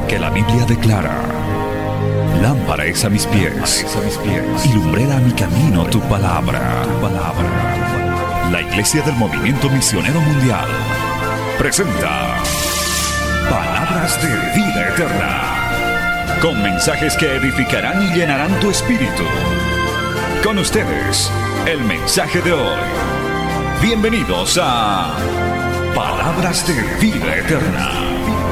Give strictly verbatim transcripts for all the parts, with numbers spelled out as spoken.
Porque la Biblia declara: lámpara es a mis pies y lumbrera a mi camino tu palabra. Tu palabra. La Iglesia del Movimiento Misionero Mundial presenta Palabras de Vida Eterna, con mensajes que edificarán y llenarán tu espíritu. Con ustedes, el mensaje de hoy. Bienvenidos a Palabras de Vida Eterna.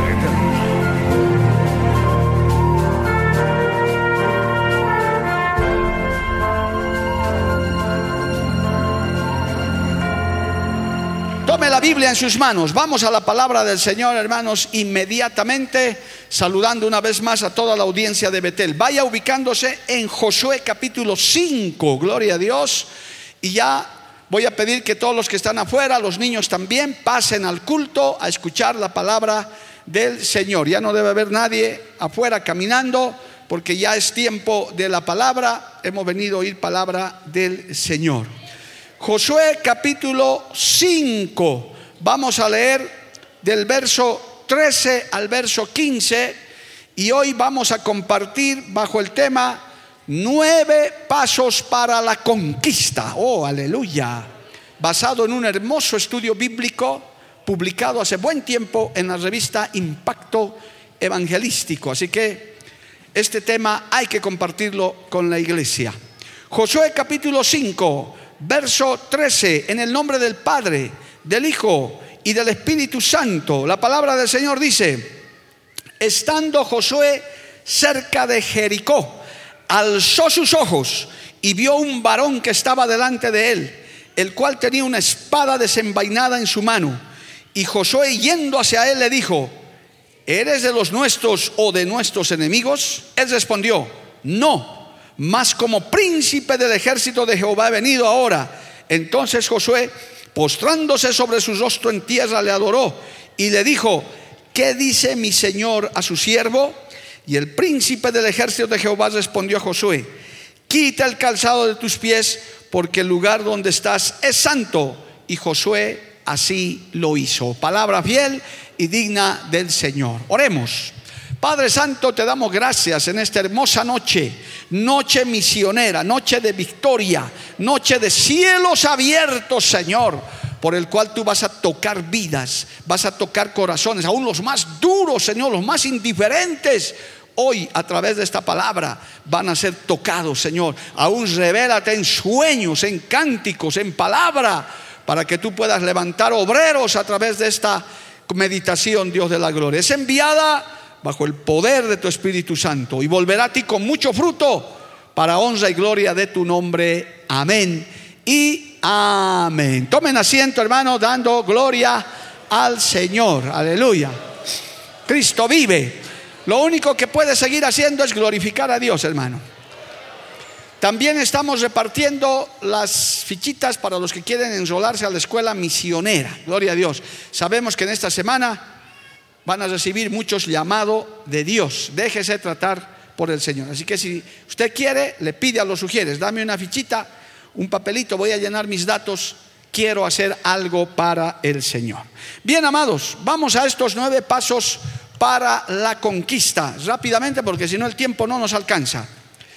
Tome la Biblia en sus manos. Vamos a la palabra del Señor, hermanos, inmediatamente, saludando una vez más a toda la audiencia de Betel. Vaya ubicándose en Josué capítulo cinco, gloria a Dios. Y ya voy a pedir que todos los que están afuera, los niños también, pasen al culto a escuchar la palabra del Señor. Ya no debe haber nadie afuera caminando, porque ya es tiempo de la palabra. Hemos venido a oír palabra del Señor. Josué capítulo cinco, vamos a leer del verso trece al verso quince, y hoy vamos a compartir bajo el tema nueve pasos para la conquista. Oh, aleluya. Basado en un hermoso estudio bíblico publicado hace buen tiempo en la revista Impacto Evangelístico. Así que este tema hay que compartirlo con la iglesia. Josué capítulo cinco, verso trece, en el nombre del Padre, del Hijo y del Espíritu Santo. La palabra del Señor dice: estando Josué cerca de Jericó, alzó sus ojos y vio un varón que estaba delante de él, el cual tenía una espada desenvainada en su mano. Y Josué, yendo hacia él, le dijo: ¿eres de los nuestros o de nuestros enemigos? Él respondió: no, mas como príncipe del ejército de Jehová he venido ahora. Entonces Josué, postrándose sobre su rostro en tierra, le adoró y le dijo: ¿qué dice mi señor a su siervo? Y el príncipe del ejército de Jehová respondió a Josué: quita el calzado de tus pies, porque el lugar donde estás es santo. Y Josué así lo hizo. Palabra fiel y digna del Señor. Oremos. Padre Santo, te damos gracias en esta hermosa noche, noche misionera, noche de victoria, noche de cielos abiertos, Señor, por el cual tú vas a tocar vidas, vas a tocar corazones, aún los más duros, Señor, los más indiferentes. Hoy, a través de esta palabra, van a ser tocados, Señor. Aún revélate en sueños, en cánticos, en palabra, para que tú puedas levantar obreros a través de esta meditación, Dios de la gloria. Es enviada bajo el poder de tu Espíritu Santo, y volverá a ti con mucho fruto, para honra y gloria de tu nombre. Amén y amén. Tomen asiento, hermanos, dando gloria al Señor. Aleluya. Cristo vive. Lo único que puede seguir haciendo es glorificar a Dios, hermano. También estamos repartiendo las fichitas para los que quieren enrolarse a la escuela misionera. Gloria a Dios. Sabemos que en esta semana van a recibir muchos llamados de Dios. Déjese tratar por el Señor. Así que si usted quiere, le pide a los sugieres: dame una fichita, un papelito, voy a llenar mis datos, quiero hacer algo para el Señor. Bien, amados, vamos a estos nueve pasos para la conquista, rápidamente, porque si no el tiempo no nos alcanza.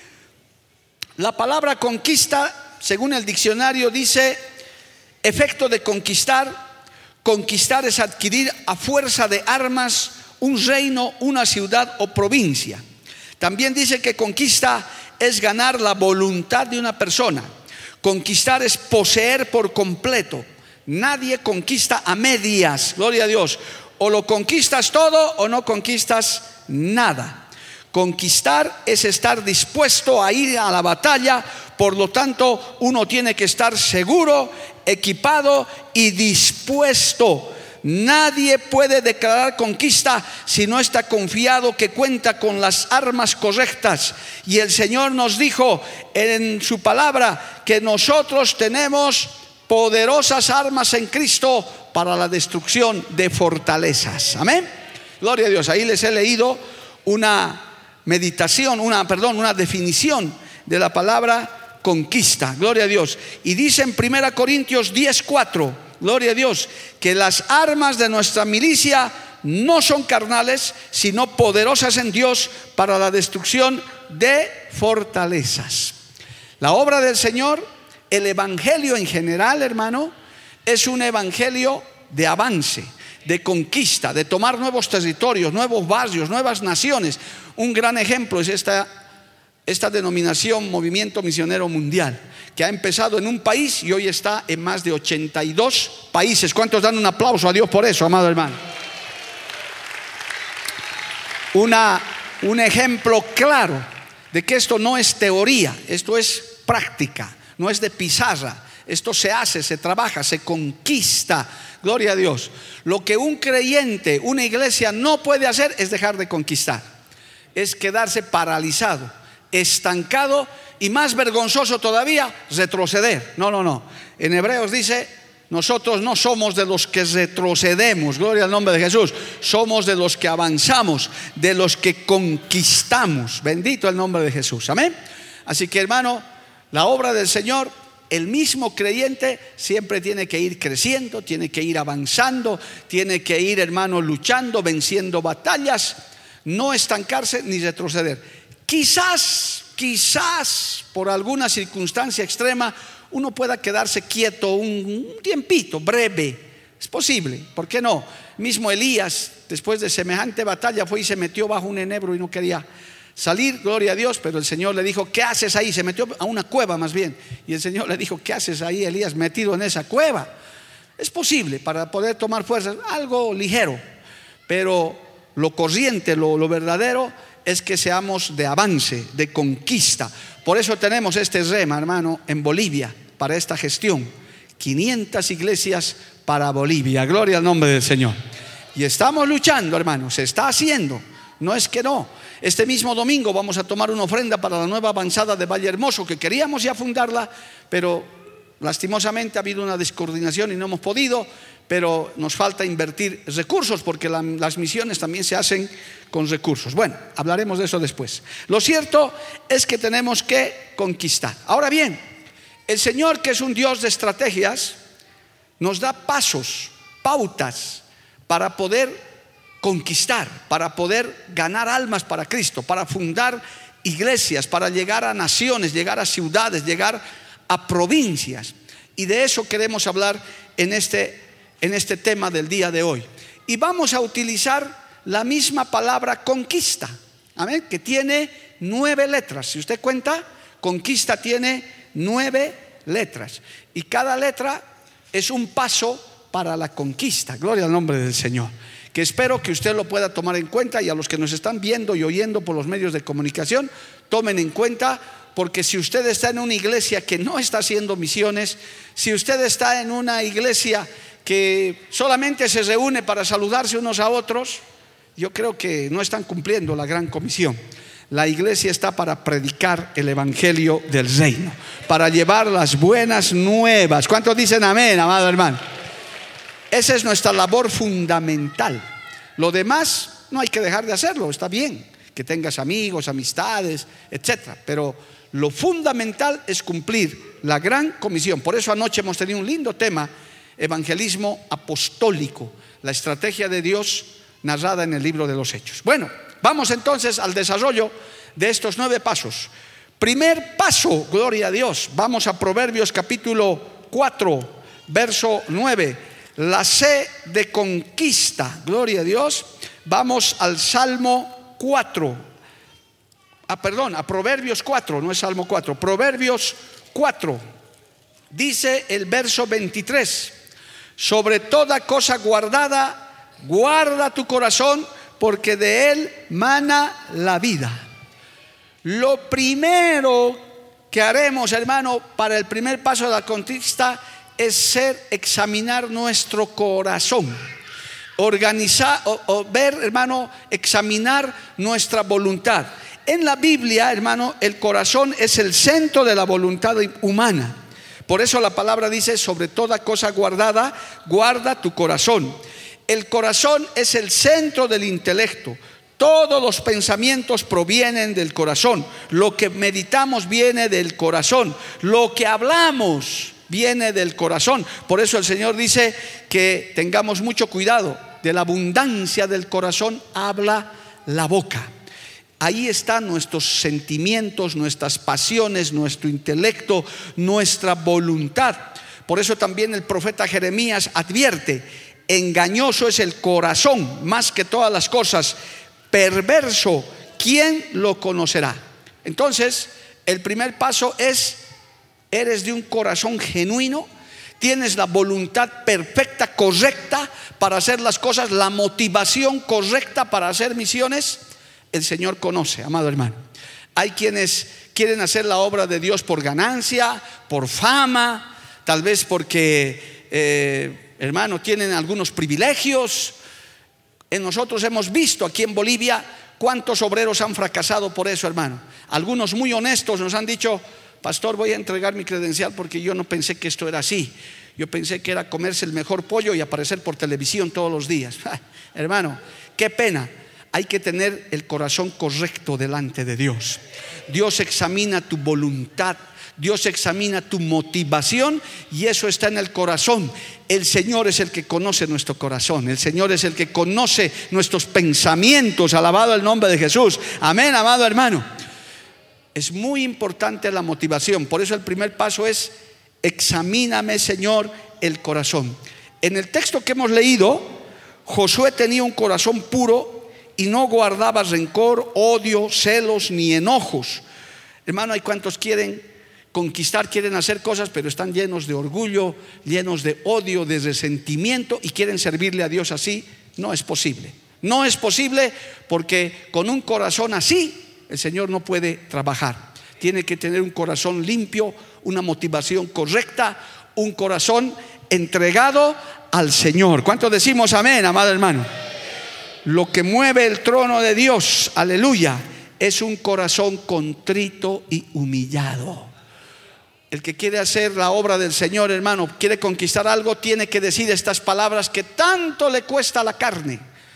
La palabra conquista, según el diccionario, dice efecto de conquistar. Conquistar es adquirir a fuerza de armas un reino, una ciudad o provincia. También dice que conquista es ganar la voluntad de una persona. Conquistar es poseer por completo. Nadie conquista a medias, gloria a Dios. O lo conquistas todo o no conquistas nada. Conquistar es estar dispuesto a ir a la batalla. Por lo tanto, uno tiene que estar seguro, equipado y dispuesto. Nadie puede declarar conquista si no está confiado que cuenta con las armas correctas. Y el Señor nos dijo en su palabra que nosotros tenemos poderosas armas en Cristo para la destrucción de fortalezas. Amén. Gloria a Dios. Ahí les he leído una meditación, una, perdón, una definición de la palabra conquista. Gloria a Dios. Y dice en primera Corintios diez cuatro, gloria a Dios, que las armas de nuestra milicia no son carnales, sino poderosas en Dios para la destrucción de fortalezas. La obra del Señor, el evangelio en general, hermano, es un evangelio de avance, de conquista, de tomar nuevos territorios, nuevos barrios, nuevas naciones. Un gran ejemplo es esta, esta denominación Movimiento Misionero Mundial, que ha empezado en un país y hoy está en más de ochenta y dos países. ¿Cuántos dan un aplauso a Dios por eso, amado hermano? Una, un ejemplo claro de que esto no es teoría, esto es práctica, no es de pizarra. Esto se hace, se trabaja, se conquista. Gloria a Dios. Lo que un creyente, una iglesia no puede hacer es dejar de conquistar. Es quedarse paralizado, estancado y más vergonzoso todavía, retroceder. No, no, no. En Hebreos dice, nosotros no somos de los que retrocedemos. Gloria al nombre de Jesús. Somos de los que avanzamos, de los que conquistamos. Bendito el nombre de Jesús. Amén. Así que, hermano, la obra del Señor, el mismo creyente siempre tiene que ir creciendo, tiene que ir avanzando, tiene que ir, hermano, luchando, venciendo batallas, no estancarse ni retroceder. Quizás, quizás por alguna circunstancia extrema uno pueda quedarse quieto un, un tiempito, breve. Es posible, ¿por qué no? Mismo Elías, después de semejante batalla, fue y se metió bajo un enebro y no quería salir, gloria a Dios, pero el Señor le dijo, ¿qué haces ahí? Se metió a una cueva más bien, y el Señor le dijo, ¿qué haces ahí, Elías, metido en esa cueva? Es posible para poder tomar fuerzas, algo ligero, pero lo corriente, lo, lo verdadero es que seamos de avance, de conquista. Por eso tenemos este rema, hermano, en Bolivia, para esta gestión, quinientas iglesias para Bolivia, gloria al nombre del Señor. Y estamos luchando, hermano, se está haciendo, no es que no. Este mismo domingo vamos a tomar una ofrenda para la nueva avanzada de Valle Hermoso, que queríamos ya fundarla, pero lastimosamente ha habido una descoordinación y no hemos podido, pero nos falta invertir recursos porque la, las misiones también se hacen con recursos. Bueno, hablaremos de eso después. Lo cierto es que tenemos que conquistar. Ahora bien, el Señor, que es un Dios de estrategias, nos da pasos, pautas para poder conquistar, para poder ganar almas para Cristo, para fundar iglesias, para llegar a naciones, llegar a ciudades, llegar a provincias. Y de eso queremos hablar en este, en este tema del día de hoy. Y vamos a utilizar la misma palabra conquista, amén, que tiene nueve letras. Si usted cuenta, conquista tiene nueve letras. Y cada letra es un paso para la conquista. Gloria al nombre del Señor. Que espero que usted lo pueda tomar en cuenta, y a los que nos están viendo y oyendo por los medios de comunicación, tomen en cuenta, porque si usted está en una iglesia que no está haciendo misiones, si usted está en una iglesia que solamente se reúne para saludarse unos a otros, yo creo que no están cumpliendo la gran comisión. La iglesia está para predicar el evangelio del reino, para llevar las buenas nuevas. ¿Cuántos dicen amén, amado hermano? Esa es nuestra labor fundamental. Lo demás no hay que dejar de hacerlo, está bien que tengas amigos, amistades, etcétera, pero lo fundamental es cumplir la gran comisión. Por eso anoche hemos tenido un lindo tema, evangelismo apostólico, la estrategia de Dios narrada en el libro de los Hechos. Bueno, vamos entonces al desarrollo de estos nueve pasos. Primer paso, gloria a Dios, vamos a Proverbios capítulo cuatro, verso nueve. La C de conquista, gloria a Dios. Vamos al Salmo cuatro. Ah, perdón, a Proverbios cuatro, no es Salmo cuatro. Proverbios cuatro. Dice el verso veintitrés: sobre toda cosa guardada, guarda tu corazón, porque de él mana la vida. Lo primero que haremos, hermano, para el primer paso de la conquista es ser, examinar nuestro corazón, organizar o, o ver, hermano, examinar nuestra voluntad. En la Biblia, hermano, el corazón es el centro de la voluntad humana. Por eso la palabra dice: sobre toda cosa guardada, guarda tu corazón. El corazón es el centro del intelecto. Todos los pensamientos provienen del corazón. Lo que meditamos viene del corazón. Lo que hablamos viene del corazón. Por eso el Señor dice que tengamos mucho cuidado de la abundancia del corazón habla la boca. Ahí están nuestros sentimientos, nuestras pasiones, nuestro intelecto, nuestra voluntad. Por eso también el profeta Jeremías advierte: engañoso es el corazón más que todas las cosas, perverso, ¿quién lo conocerá? Entonces, el primer paso es: eres de un corazón genuino, tienes la voluntad perfecta, correcta para hacer las cosas, la motivación correcta para hacer misiones. El Señor conoce, amado hermano. Hay quienes quieren hacer la obra de Dios por ganancia, por fama, tal vez porque, eh, hermano, tienen algunos privilegios. En nosotros hemos visto aquí en Bolivia cuántos obreros han fracasado por eso, hermano. Algunos muy honestos nos han dicho: pastor, voy a entregar mi credencial porque yo no pensé que esto era así. Yo pensé que era comerse el mejor pollo y aparecer por televisión todos los días. Hermano, qué pena. Hay que tener el corazón correcto delante de Dios. Dios examina tu voluntad, Dios examina tu motivación, y eso está en el corazón. El Señor es el que conoce nuestro corazón. El Señor es el que conoce nuestros pensamientos. Alabado el nombre de Jesús. Amén, amado hermano. Es muy importante la motivación. Por eso el primer paso es: examíname, Señor, el corazón. En el texto que hemos leído, Josué tenía un corazón puro y no guardaba rencor, odio, celos ni enojos. Hermano, hay cuantos quieren conquistar, quieren hacer cosas, pero están llenos de orgullo, llenos de odio, de resentimiento, y quieren servirle a Dios así. No es posible. No es posible, porque con un corazón así el Señor no puede trabajar. Tiene que tener un corazón limpio, una motivación correcta, un corazón entregado al Señor. ¿Cuántos decimos amén, amado hermano? Lo que mueve el trono de Dios, aleluya, es un corazón contrito y humillado. El que quiere hacer la obra del Señor, hermano, quiere conquistar algo, tiene que decir estas palabras que tanto le cuesta a la carne: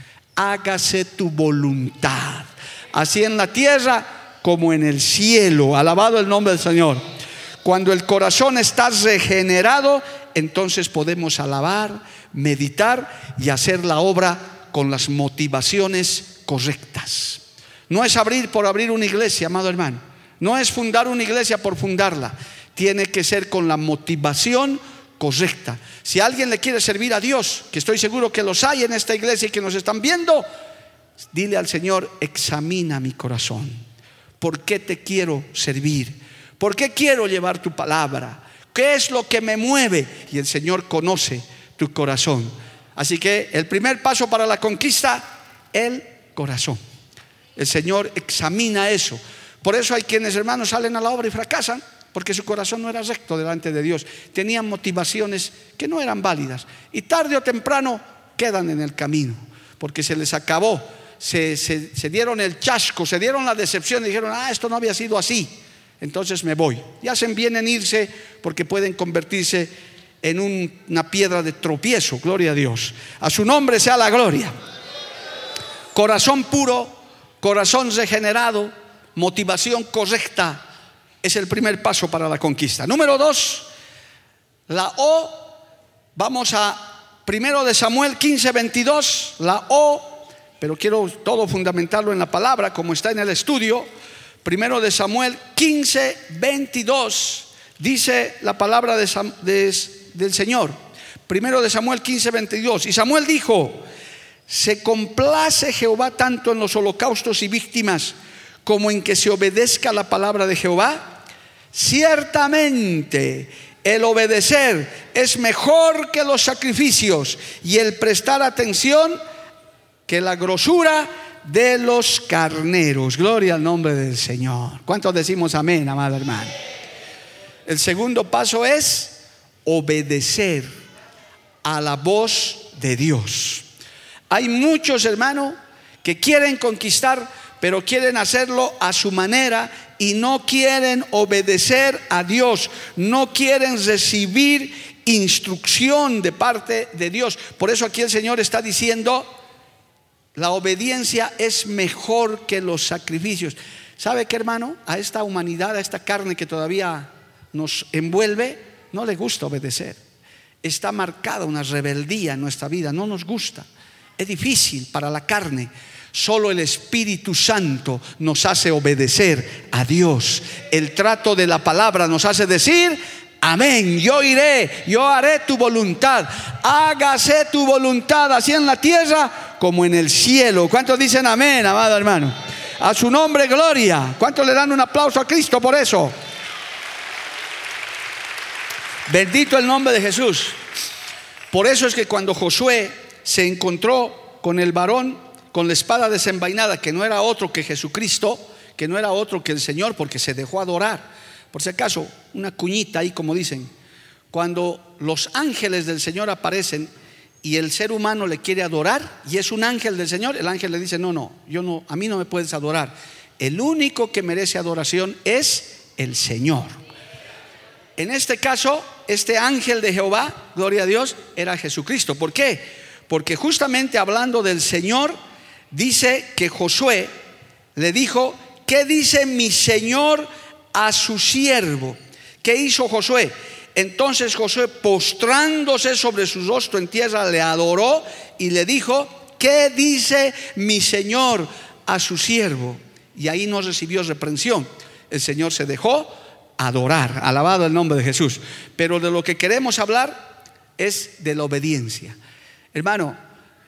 hágase tu voluntad, así en la tierra como en el cielo. Alabado el nombre del Señor. Cuando el corazón está regenerado, entonces podemos alabar, meditar y hacer la obra con las motivaciones correctas. No es abrir por abrir una iglesia, amado hermano. No es fundar una iglesia por fundarla. Tiene que ser con la motivación correcta. Si alguien le quiere servir a Dios, que estoy seguro que los hay en esta iglesia y que nos están viendo, dile al Señor: examina mi corazón. ¿Por qué te quiero servir? ¿Por qué quiero llevar tu palabra? ¿Qué es lo que me mueve? Y el Señor conoce tu corazón. Así que el primer paso para la conquista, el corazón. El Señor examina eso. Por eso hay quienes, hermanos, salen a la obra y fracasan, porque su corazón no era recto delante de Dios. Tenían motivaciones que no eran válidas, y tarde o temprano quedan en el camino, porque se les acabó. Se, se, se dieron el chasco, se dieron la decepción y dijeron: ah, esto no había sido así, entonces me voy. Y hacen bien en irse, porque pueden convertirse en un, una piedra de tropiezo. Gloria a Dios. A su nombre sea la gloria. Corazón puro, corazón regenerado, motivación correcta es el primer paso para la conquista. Número dos, la O. Vamos a primero de Samuel quince veintidós. La O, pero quiero todo fundamentarlo en la palabra, como está en el estudio. Primero de Samuel quince veintidós. Dice la palabra de, de, del Señor. Primero de Samuel quince veintidós. Y Samuel dijo: ¿se complace Jehová tanto en los holocaustos y víctimas como en que se obedezca la palabra de Jehová? Ciertamente el obedecer es mejor que los sacrificios, y el prestar atención que la grosura de los carneros. Gloria al nombre del Señor. ¿Cuántos decimos amén, amado hermano? El segundo paso es obedecer a la voz de Dios. Hay muchos, hermanos, que quieren conquistar, pero quieren hacerlo a su manera y no quieren obedecer a Dios, no quieren recibir instrucción de parte de Dios. Por eso aquí el Señor está diciendo: la obediencia es mejor que los sacrificios. ¿Sabe qué, hermano? A esta humanidad, a esta carne que todavía nos envuelve, no le gusta obedecer. Está marcada una rebeldía en nuestra vida, no nos gusta. Es difícil para la carne. Solo el Espíritu Santo nos hace obedecer a Dios. El trato de la palabra nos hace decir: amén, yo iré, yo haré tu voluntad. Hágase tu voluntad, así en la tierra como en el cielo. ¿Cuántos dicen amén, amado hermano? A su nombre, gloria. ¿Cuántos le dan un aplauso a Cristo por eso? Bendito el nombre de Jesús. Por eso es que cuando Josué se encontró con el varón con la espada desenvainada, que no era otro que Jesucristo, que no era otro que el Señor, porque se dejó adorar. Por si acaso, una cuñita ahí, como dicen, cuando los ángeles del Señor aparecen y el ser humano le quiere adorar y es un ángel del Señor, el ángel le dice: no, no, yo no, a mí no me puedes adorar. El único que merece adoración es el Señor. En este caso, este ángel de Jehová, gloria a Dios, era Jesucristo. ¿Por qué? Porque justamente hablando del Señor, dice que Josué le dijo: ¿qué dice mi Señor a su siervo? ¿Qué hizo Josué? Entonces Josué, postrándose sobre su rostro en tierra, le adoró y le dijo: ¿qué dice mi Señor a su siervo? Y ahí no recibió reprensión. El Señor se dejó adorar. Alabado el nombre de Jesús. Pero de lo que queremos hablar es de la obediencia. Hermano,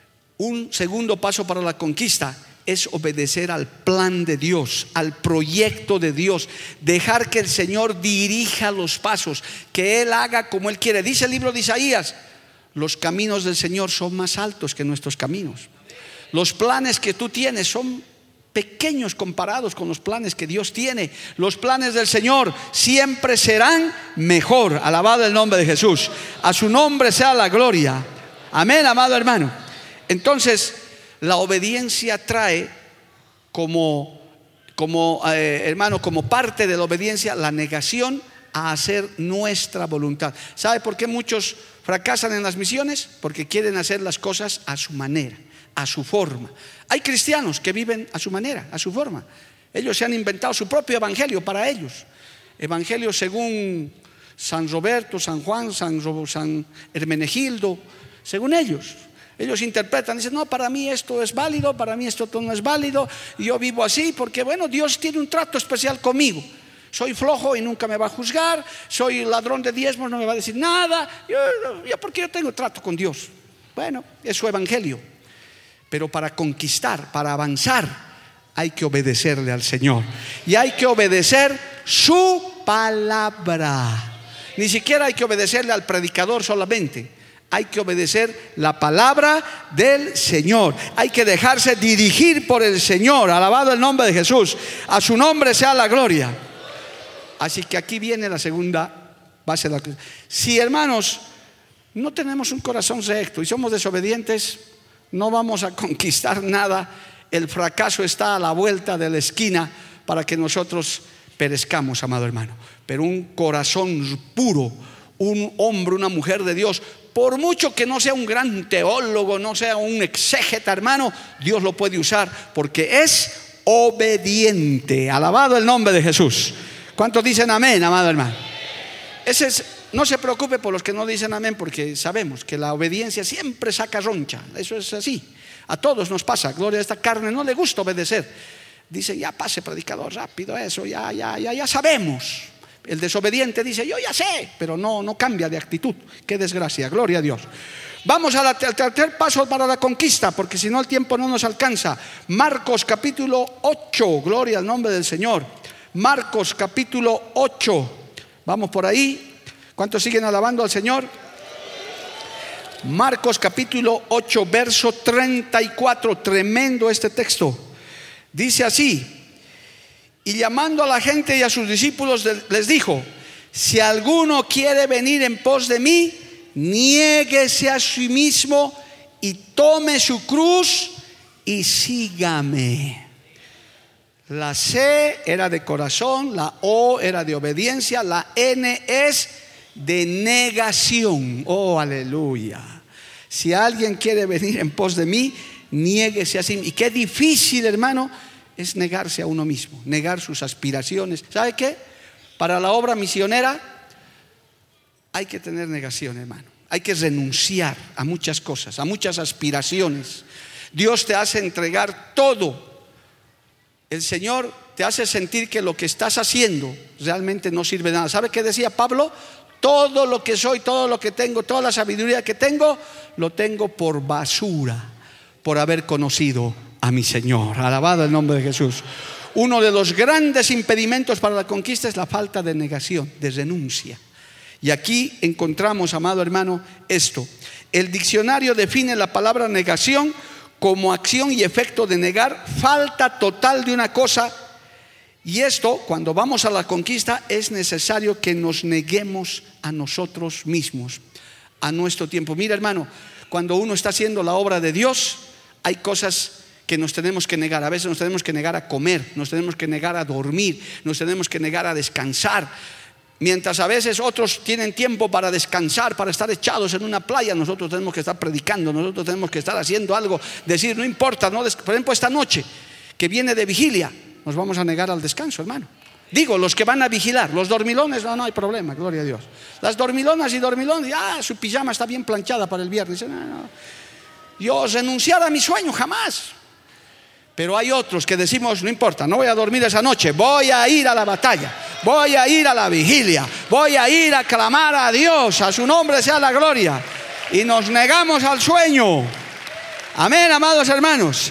un segundo paso para la conquista es obedecer al plan de Dios, al proyecto de Dios. Dejar que el Señor dirija los pasos, que Él haga como Él quiere. Dice el libro de Isaías: los caminos del Señor son más altos que nuestros caminos. Los planes que tú tienes son pequeños comparados con los planes que Dios tiene. Los planes del Señor siempre serán mejor. Alabado el nombre de Jesús. A su nombre sea la gloria. Amén, amado hermano. Entonces, la obediencia trae como, como eh, hermano, como parte de la obediencia, la negación a hacer nuestra voluntad. ¿Sabe por qué muchos fracasan en las misiones? Porque quieren hacer las cosas a su manera, a su forma. Hay cristianos que viven a su manera, a su forma. Ellos se han inventado su propio evangelio para ellos. Evangelio según San Roberto, San Juan, San, San Hermenegildo, según ellos. Ellos interpretan, dicen: no, para mí esto es válido, para mí esto no es válido. Yo vivo así porque, bueno, Dios tiene un trato especial conmigo. Soy flojo y nunca me va a juzgar. Soy ladrón de diezmos, no me va a decir nada. Yo, yo porque yo tengo trato con Dios. Bueno, es su evangelio. Pero para conquistar, para avanzar, hay que obedecerle al Señor. Y hay que obedecer su palabra. Ni siquiera hay que obedecerle al predicador solamente. Hay que obedecer la palabra del Señor. Hay que dejarse dirigir por el Señor. Alabado el nombre de Jesús. A su nombre sea la gloria. Así que aquí viene la segunda base de la cosa. Si, hermanos, no tenemos un corazón recto y somos desobedientes, no vamos a conquistar nada. El fracaso está a la vuelta de la esquina para que nosotros perezcamos, amado hermano. Pero un corazón puro, un hombre, una mujer de Dios, por mucho que no sea un gran teólogo, no sea un exégeta, hermano, Dios lo puede usar porque es obediente. Alabado el nombre de Jesús. ¿Cuántos dicen amén, amado hermano? Ese es, no se preocupe por los que no dicen amén, porque sabemos que la obediencia siempre saca roncha. Eso es así. A todos nos pasa. Gloria a esta carne, no le gusta obedecer. Dice: ya pase, predicador, rápido eso, ya, ya, ya, ya sabemos. El desobediente dice: yo ya sé, pero no, no cambia de actitud. Qué desgracia, gloria a Dios. Vamos al tercer paso para la conquista, porque si no el tiempo no nos alcanza. Marcos capítulo ocho, gloria al nombre del Señor. Marcos capítulo ocho, vamos por ahí. ¿Cuántos siguen alabando al Señor? Marcos capítulo ocho, verso treinta y cuatro, tremendo este texto. Dice así: y llamando a la gente y a sus discípulos les dijo: si alguno quiere venir en pos de mí, niéguese a sí mismo y tome su cruz y sígame. La C era de corazón, la O era de obediencia, la N es de negación. Oh, aleluya. Si alguien quiere venir en pos de mí, niéguese a sí mismo. Y qué difícil, hermano, es negarse a uno mismo, negar sus aspiraciones. ¿Sabe qué? Para la obra misionera hay que tener negación, hermano. Hay que renunciar a muchas cosas, a muchas aspiraciones. Dios te hace entregar todo. El Señor te hace sentir que lo que estás haciendo realmente no sirve de nada. ¿Sabe qué decía Pablo? Todo lo que soy, todo lo que tengo, toda la sabiduría que tengo, lo tengo por basura, por haber conocido a mi Señor. Alabado el nombre de Jesús. Uno de los grandes impedimentos para la conquista es la falta de negación, de renuncia. Y aquí encontramos, amado hermano, esto. El diccionario define la palabra negación como acción y efecto de negar, falta total de una cosa. Y esto, cuando vamos a la conquista, es necesario que nos neguemos a nosotros mismos, a nuestro tiempo. Mira, hermano, cuando uno está haciendo la obra de Dios, hay cosas que nos tenemos que negar. A veces nos tenemos que negar a comer, nos tenemos que negar a dormir, nos tenemos que negar a descansar. Mientras a veces otros tienen tiempo para descansar, para estar echados en una playa, nosotros tenemos que estar predicando, nosotros tenemos que estar haciendo algo, decir, no importa, no, por ejemplo, esta noche que viene de vigilia, nos vamos a negar al descanso, hermano. Digo, los que van a vigilar, los dormilones, no, no hay problema, gloria a Dios. Las dormilonas y dormilones, ah, su pijama está bien planchada para el viernes. No, no. Yo renunciar a mi sueño jamás. Pero hay otros que decimos, no importa, no voy a dormir esa noche, voy a ir a la batalla, voy a ir a la vigilia, voy a ir a clamar a Dios, a su nombre sea la gloria. Y nos negamos al sueño. Amén, amados hermanos.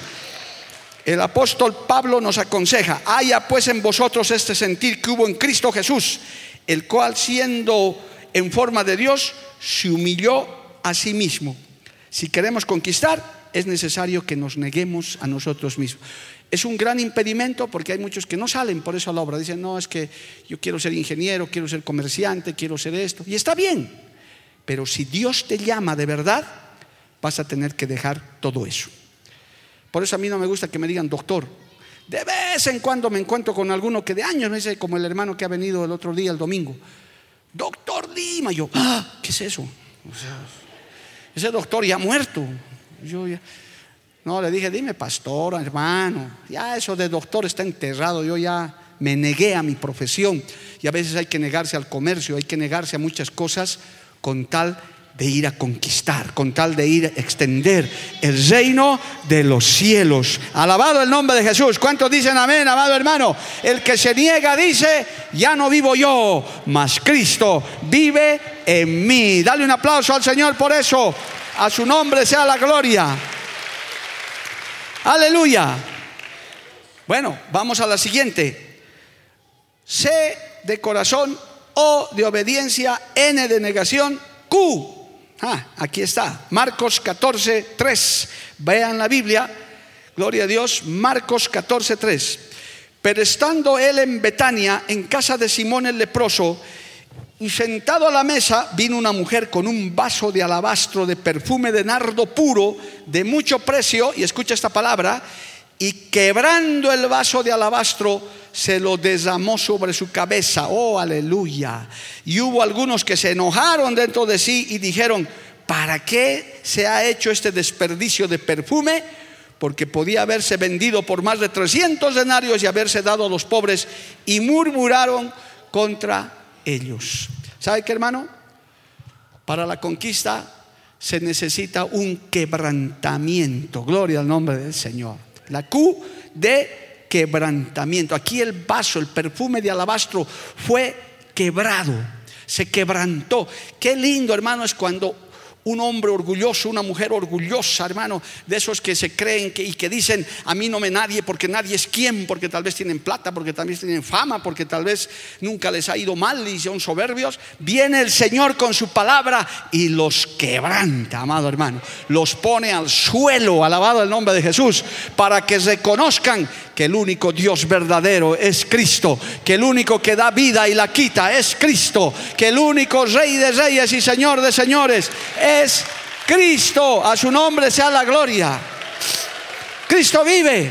El apóstol Pablo nos aconseja: haya pues en vosotros este sentir que hubo en Cristo Jesús, el cual siendo en forma de Dios, se humilló a sí mismo. Si queremos conquistar, es necesario que nos neguemos a nosotros mismos. Es un gran impedimento porque hay muchos que no salen por eso a la obra. Dicen, no, es que yo quiero ser ingeniero, quiero ser comerciante, quiero ser esto. Y está bien, pero si Dios te llama de verdad, vas a tener que dejar todo eso. Por eso a mí no me gusta que me digan doctor. De vez en cuando me encuentro con alguno que de años me dice, como el hermano que ha venido el otro día, el domingo, doctor Lima. Yo, ah, ¿qué es eso? O sea, ese doctor ya ha muerto. Yo ya, no, le dije, dime pastor, hermano, ya eso de doctor está enterrado. Yo ya me negué a mi profesión. Y a veces hay que negarse al comercio, hay que negarse a muchas cosas con tal de ir a conquistar, con tal de ir a extender el reino de los cielos. Alabado el nombre de Jesús. ¿Cuántos dicen amén, amado hermano? El que se niega dice, ya no vivo yo, mas Cristo vive en mí. Dale un aplauso al Señor por eso. A su nombre sea la gloria. Aleluya. Bueno, vamos a la siguiente. C de corazón, O de obediencia, N de negación, Q. Ah, aquí está, Marcos catorce, tres. Vean la Biblia, gloria a Dios. Marcos catorce, tres. Pero estando él en Betania, en casa de Simón el leproso, y sentado a la mesa, vino una mujer con un vaso de alabastro de perfume de nardo puro, de mucho precio, y escucha esta palabra, y quebrando el vaso de alabastro, se lo derramó sobre su cabeza. Oh, aleluya. Y hubo algunos que se enojaron dentro de sí y dijeron, ¿para qué se ha hecho este desperdicio de perfume? Porque podía haberse vendido por más de trescientos denarios y haberse dado a los pobres. Y murmuraron contra ellos. ¿Sabe qué, hermano? Para la conquista se necesita un quebrantamiento. Gloria al nombre del Señor. La Q de quebrantamiento. Aquí el vaso, el perfume de alabastro fue quebrado, se quebrantó. Qué lindo, hermano, es cuando un hombre orgulloso, una mujer orgullosa, hermano, de esos que se creen que, y que dicen, a mí no me nadie, porque nadie es quien, porque tal vez tienen plata, porque tal vez tienen fama, porque tal vez nunca les ha ido mal y son soberbios. Viene el Señor con su palabra y los quebranta, amado hermano. Los pone al suelo, alabado el nombre de Jesús, para que reconozcan que el único Dios verdadero es Cristo, que el único que da vida y la quita es Cristo, que el único Rey de reyes y Señor de señores es Cristo. A su nombre sea la gloria. Cristo vive.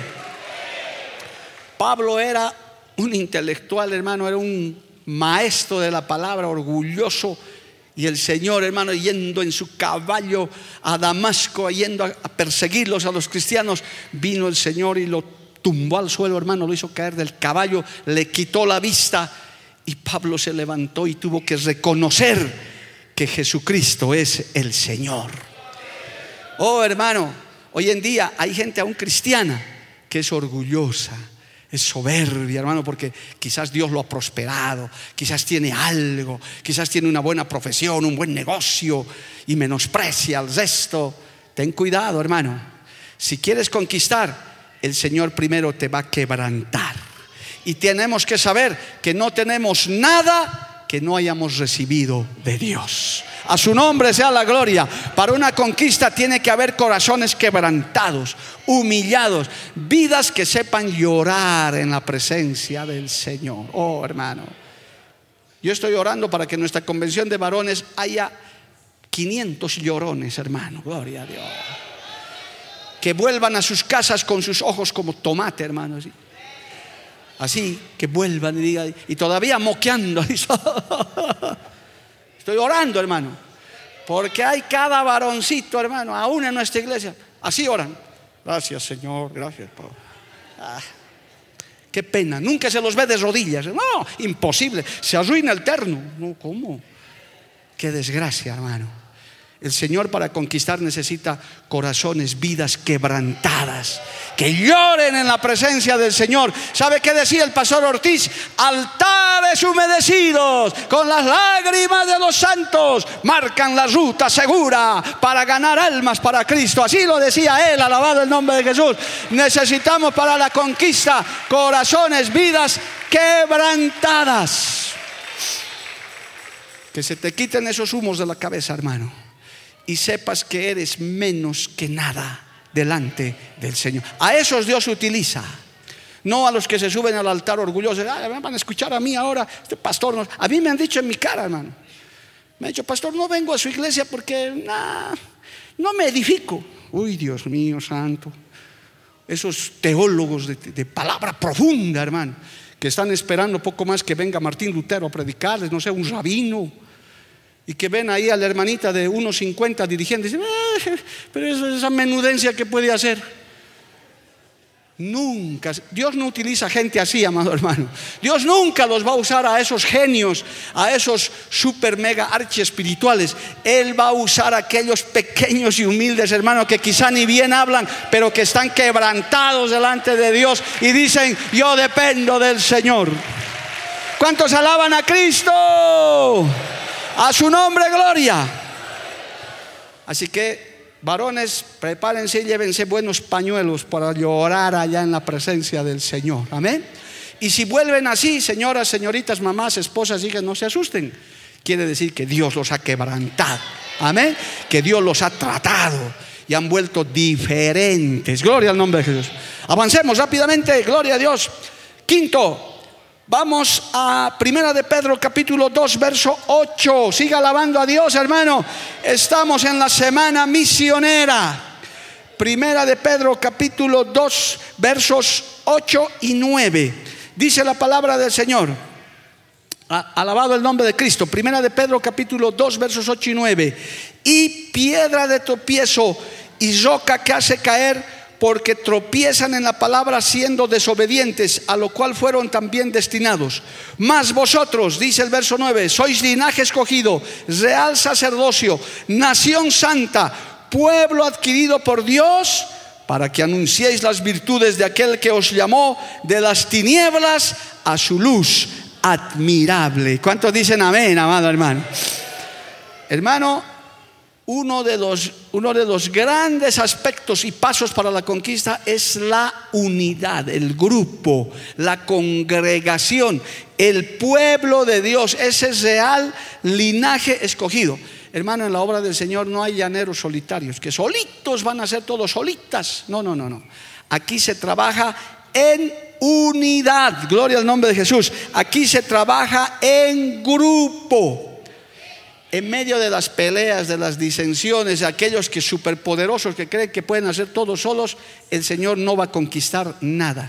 Pablo era un intelectual, hermano, era un maestro de la palabra, orgulloso. Y el Señor, hermano, yendo en su caballo a Damasco, yendo a perseguirlos a los cristianos, vino el Señor y lo tumbó al suelo, hermano, lo hizo caer del caballo, le quitó la vista. Y Pablo se levantó y tuvo que reconocer que Jesucristo es el Señor. Oh, hermano, hoy en día hay gente aún cristiana que es orgullosa, es soberbia, hermano, porque quizás Dios lo ha prosperado, quizás tiene algo, quizás tiene una buena profesión, un buen negocio, y menosprecia al resto. Ten cuidado, hermano. Si quieres conquistar, el Señor primero te va a quebrantar. Y tenemos que saber que no tenemos nada que no hayamos recibido de Dios. A su nombre sea la gloria. Para una conquista tiene que haber corazones quebrantados, humillados, vidas que sepan llorar en la presencia del Señor. Oh, hermano, yo estoy orando para que en nuestra convención de varones haya quinientos llorones, hermano. Gloria a Dios. Que vuelvan a sus casas con sus ojos como tomate, hermano. Así, así que vuelvan y digan, y todavía moqueando. Estoy orando, hermano, porque hay cada varoncito, hermano, aún en nuestra iglesia, así oran. Gracias, Señor, gracias, Pablo. Ah, qué pena, nunca se los ve de rodillas. No, imposible, se arruina el terno. No, ¿cómo? Qué desgracia, hermano. El Señor, para conquistar, necesita corazones, vidas quebrantadas, que lloren en la presencia del Señor. ¿Sabe qué decía el pastor Ortiz? Altares humedecidos con las lágrimas de los santos marcan la ruta segura para ganar almas para Cristo. Así lo decía él, alabado el nombre de Jesús. Necesitamos para la conquista corazones, vidas quebrantadas. Que se te quiten esos humos de la cabeza, hermano, y sepas que eres menos que nada delante del Señor. A esos Dios utiliza, no a los que se suben al altar orgullosos. Ah, me van a escuchar a mí ahora, este pastor no. A mí me han dicho en mi cara, hermano, me han dicho: pastor, no vengo a su iglesia porque nah, no me edifico. Uy, Dios mío santo, esos teólogos de, de palabra profunda, hermano, que están esperando poco más que venga Martín Lutero a predicarles, no sé, un rabino, y que ven ahí a la hermanita de uno cincuenta dirigiendo y dicen: eh, pero eso es esa menudencia que puede hacer. Nunca, Dios no utiliza gente así, amado hermano. Dios nunca los va a usar a esos genios, a esos super mega archi espirituales. Él va a usar a aquellos pequeños y humildes, hermanos, que quizá ni bien hablan, pero que están quebrantados delante de Dios y dicen: yo dependo del Señor. ¿Cuántos alaban a Cristo? A su nombre, gloria. Así que, varones, prepárense y llévense buenos pañuelos para llorar allá en la presencia del Señor. Amén. Y si vuelven así, señoras, señoritas, mamás, esposas, hijas, no se asusten. Quiere decir que Dios los ha quebrantado. Amén. Que Dios los ha tratado y han vuelto diferentes. Gloria al nombre de Jesús. Avancemos rápidamente. Gloria a Dios. Quinto, vamos a Primera de Pedro capítulo dos verso ocho. Siga alabando a Dios, hermano. Estamos en la semana misionera. Primera de Pedro capítulo dos versos ocho y nueve. Dice la palabra del Señor. Alabado el nombre de Cristo. Primera de Pedro capítulo dos versos ocho y nueve. Y piedra de tropiezo y roca que hace caer, porque tropiezan en la palabra siendo desobedientes, a lo cual fueron también destinados. Mas vosotros, dice el verso nueve, sois linaje escogido, real sacerdocio, nación santa, pueblo adquirido por Dios, para que anunciéis las virtudes de aquel que os llamó de las tinieblas a su luz admirable. ¿Cuántos dicen amén, amado hermano? Hermano, Uno de, los, uno de los grandes aspectos y pasos para la conquista es la unidad, el grupo, la congregación, el pueblo de Dios, ese real linaje escogido. Hermano, en la obra del Señor no hay llaneros solitarios, que solitos van a ser todos solitas. No, no, no, no. Aquí se trabaja en unidad, gloria al nombre de Jesús. Aquí se trabaja en grupo. En medio de las peleas, de las disensiones, de aquellos que superpoderosos que creen que pueden hacer todo solos, el Señor no va a conquistar nada.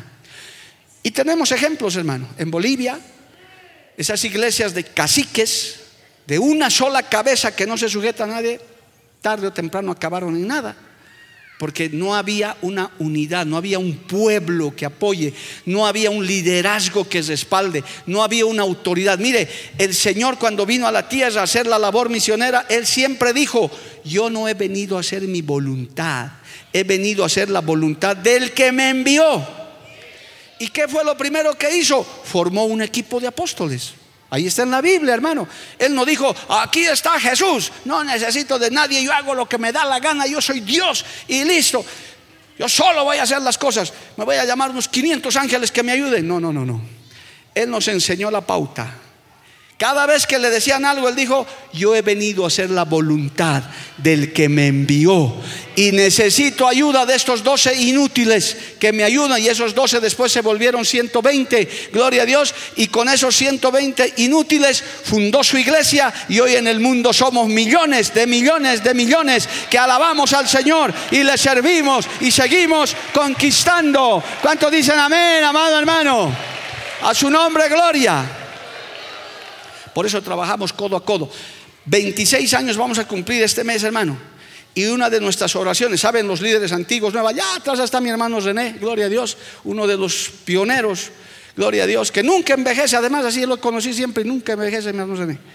Y tenemos ejemplos, hermano. En Bolivia, esas iglesias de caciques, de una sola cabeza que no se sujeta a nadie, tarde o temprano acabaron en nada. Porque no había una unidad, no había un pueblo que apoye, no había un liderazgo que respalde, no había una autoridad. Mire, el Señor cuando vino a la tierra a hacer la labor misionera, Él siempre dijo: yo no he venido a hacer mi voluntad, he venido a hacer la voluntad del que me envió. ¿Y qué fue lo primero que hizo? Formó un equipo de apóstoles. Ahí está en la Biblia, hermano. Él no dijo: aquí está Jesús, no necesito de nadie, yo hago lo que me da la gana, yo soy Dios y listo, yo solo voy a hacer las cosas, me voy a llamar unos quinientos ángeles que me ayuden. No, no, no, no. Él nos enseñó la pauta. Cada vez que le decían algo, Él dijo: yo he venido a hacer la voluntad del que me envió, y necesito ayuda de estos doce inútiles que me ayudan. Y esos doce después se volvieron ciento veinte, gloria a Dios. Y con esos ciento veinte inútiles fundó su iglesia, y hoy en el mundo somos millones de millones de millones que alabamos al Señor y le servimos y seguimos conquistando. ¿Cuántos dicen amén, amado hermano? A su nombre, gloria. Por eso trabajamos codo a codo. veintiséis años vamos a cumplir este mes, hermano. Y una de nuestras oraciones, ¿saben los líderes antiguos? Nueva, ya atrás está mi hermano René, gloria a Dios, uno de los pioneros, gloria a Dios, que nunca envejece. Además, así lo conocí siempre, y nunca envejece, mi hermano René.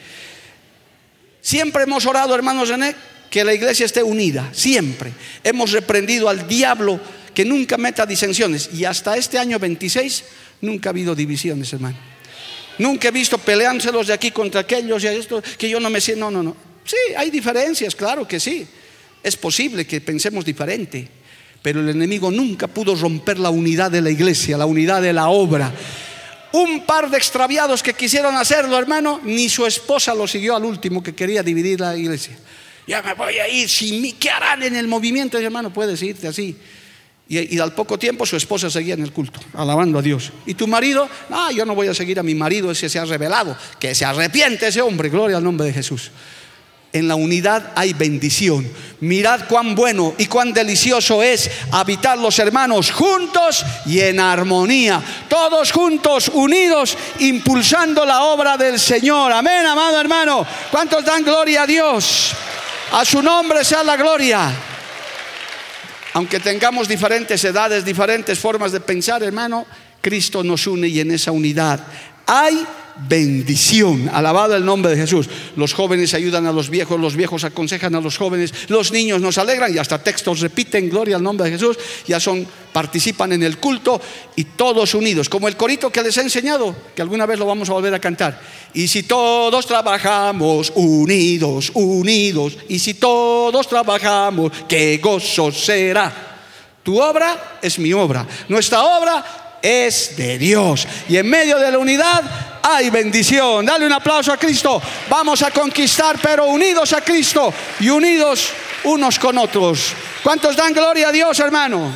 Siempre hemos orado, hermano René, que la iglesia esté unida. Siempre hemos reprendido al diablo que nunca meta disensiones. Y hasta este año veintiséis nunca ha habido divisiones, hermano. Nunca he visto peleándose los de aquí contra aquellos y esto, que yo no me siento. No, no, no. Sí, hay diferencias, claro que sí. Es posible que pensemos diferente, pero el enemigo nunca pudo romper la unidad de la iglesia, la unidad de la obra. Un par de extraviados que quisieron hacerlo, hermano, ni su esposa lo siguió al último, que quería dividir la iglesia. Ya me voy a ir sin mí, ¿qué harán en el movimiento? Y, hermano, puedes irte así. Y, y al poco tiempo su esposa seguía en el culto, alabando a Dios. Y tu marido: no, yo no voy a seguir a mi marido, ese se ha revelado. Que se arrepiente ese hombre, gloria al nombre de Jesús. En la unidad hay bendición. Mirad cuán bueno y cuán delicioso es habitar los hermanos juntos y en armonía, todos juntos, unidos, impulsando la obra del Señor. Amén, amado hermano. ¿Cuántos dan gloria a Dios? A su nombre sea la gloria. Aunque tengamos diferentes edades, diferentes formas de pensar, hermano, Cristo nos une, y en esa unidad hay bendición. Alabado el nombre de Jesús. Los jóvenes ayudan a los viejos, los viejos aconsejan a los jóvenes, los niños nos alegran, y hasta textos repiten, gloria al nombre de Jesús. Ya son, participan en el culto, y todos unidos, como el corito que les he enseñado, que alguna vez lo vamos a volver a cantar. Y si todos trabajamos unidos, unidos, y si todos trabajamos, qué gozo será. Tu obra es mi obra, nuestra obra es de Dios, y en medio de la unidad hay bendición. Dale un aplauso a Cristo. Vamos a conquistar, pero unidos a Cristo y unidos unos con otros. ¿Cuántos dan gloria a Dios, hermano?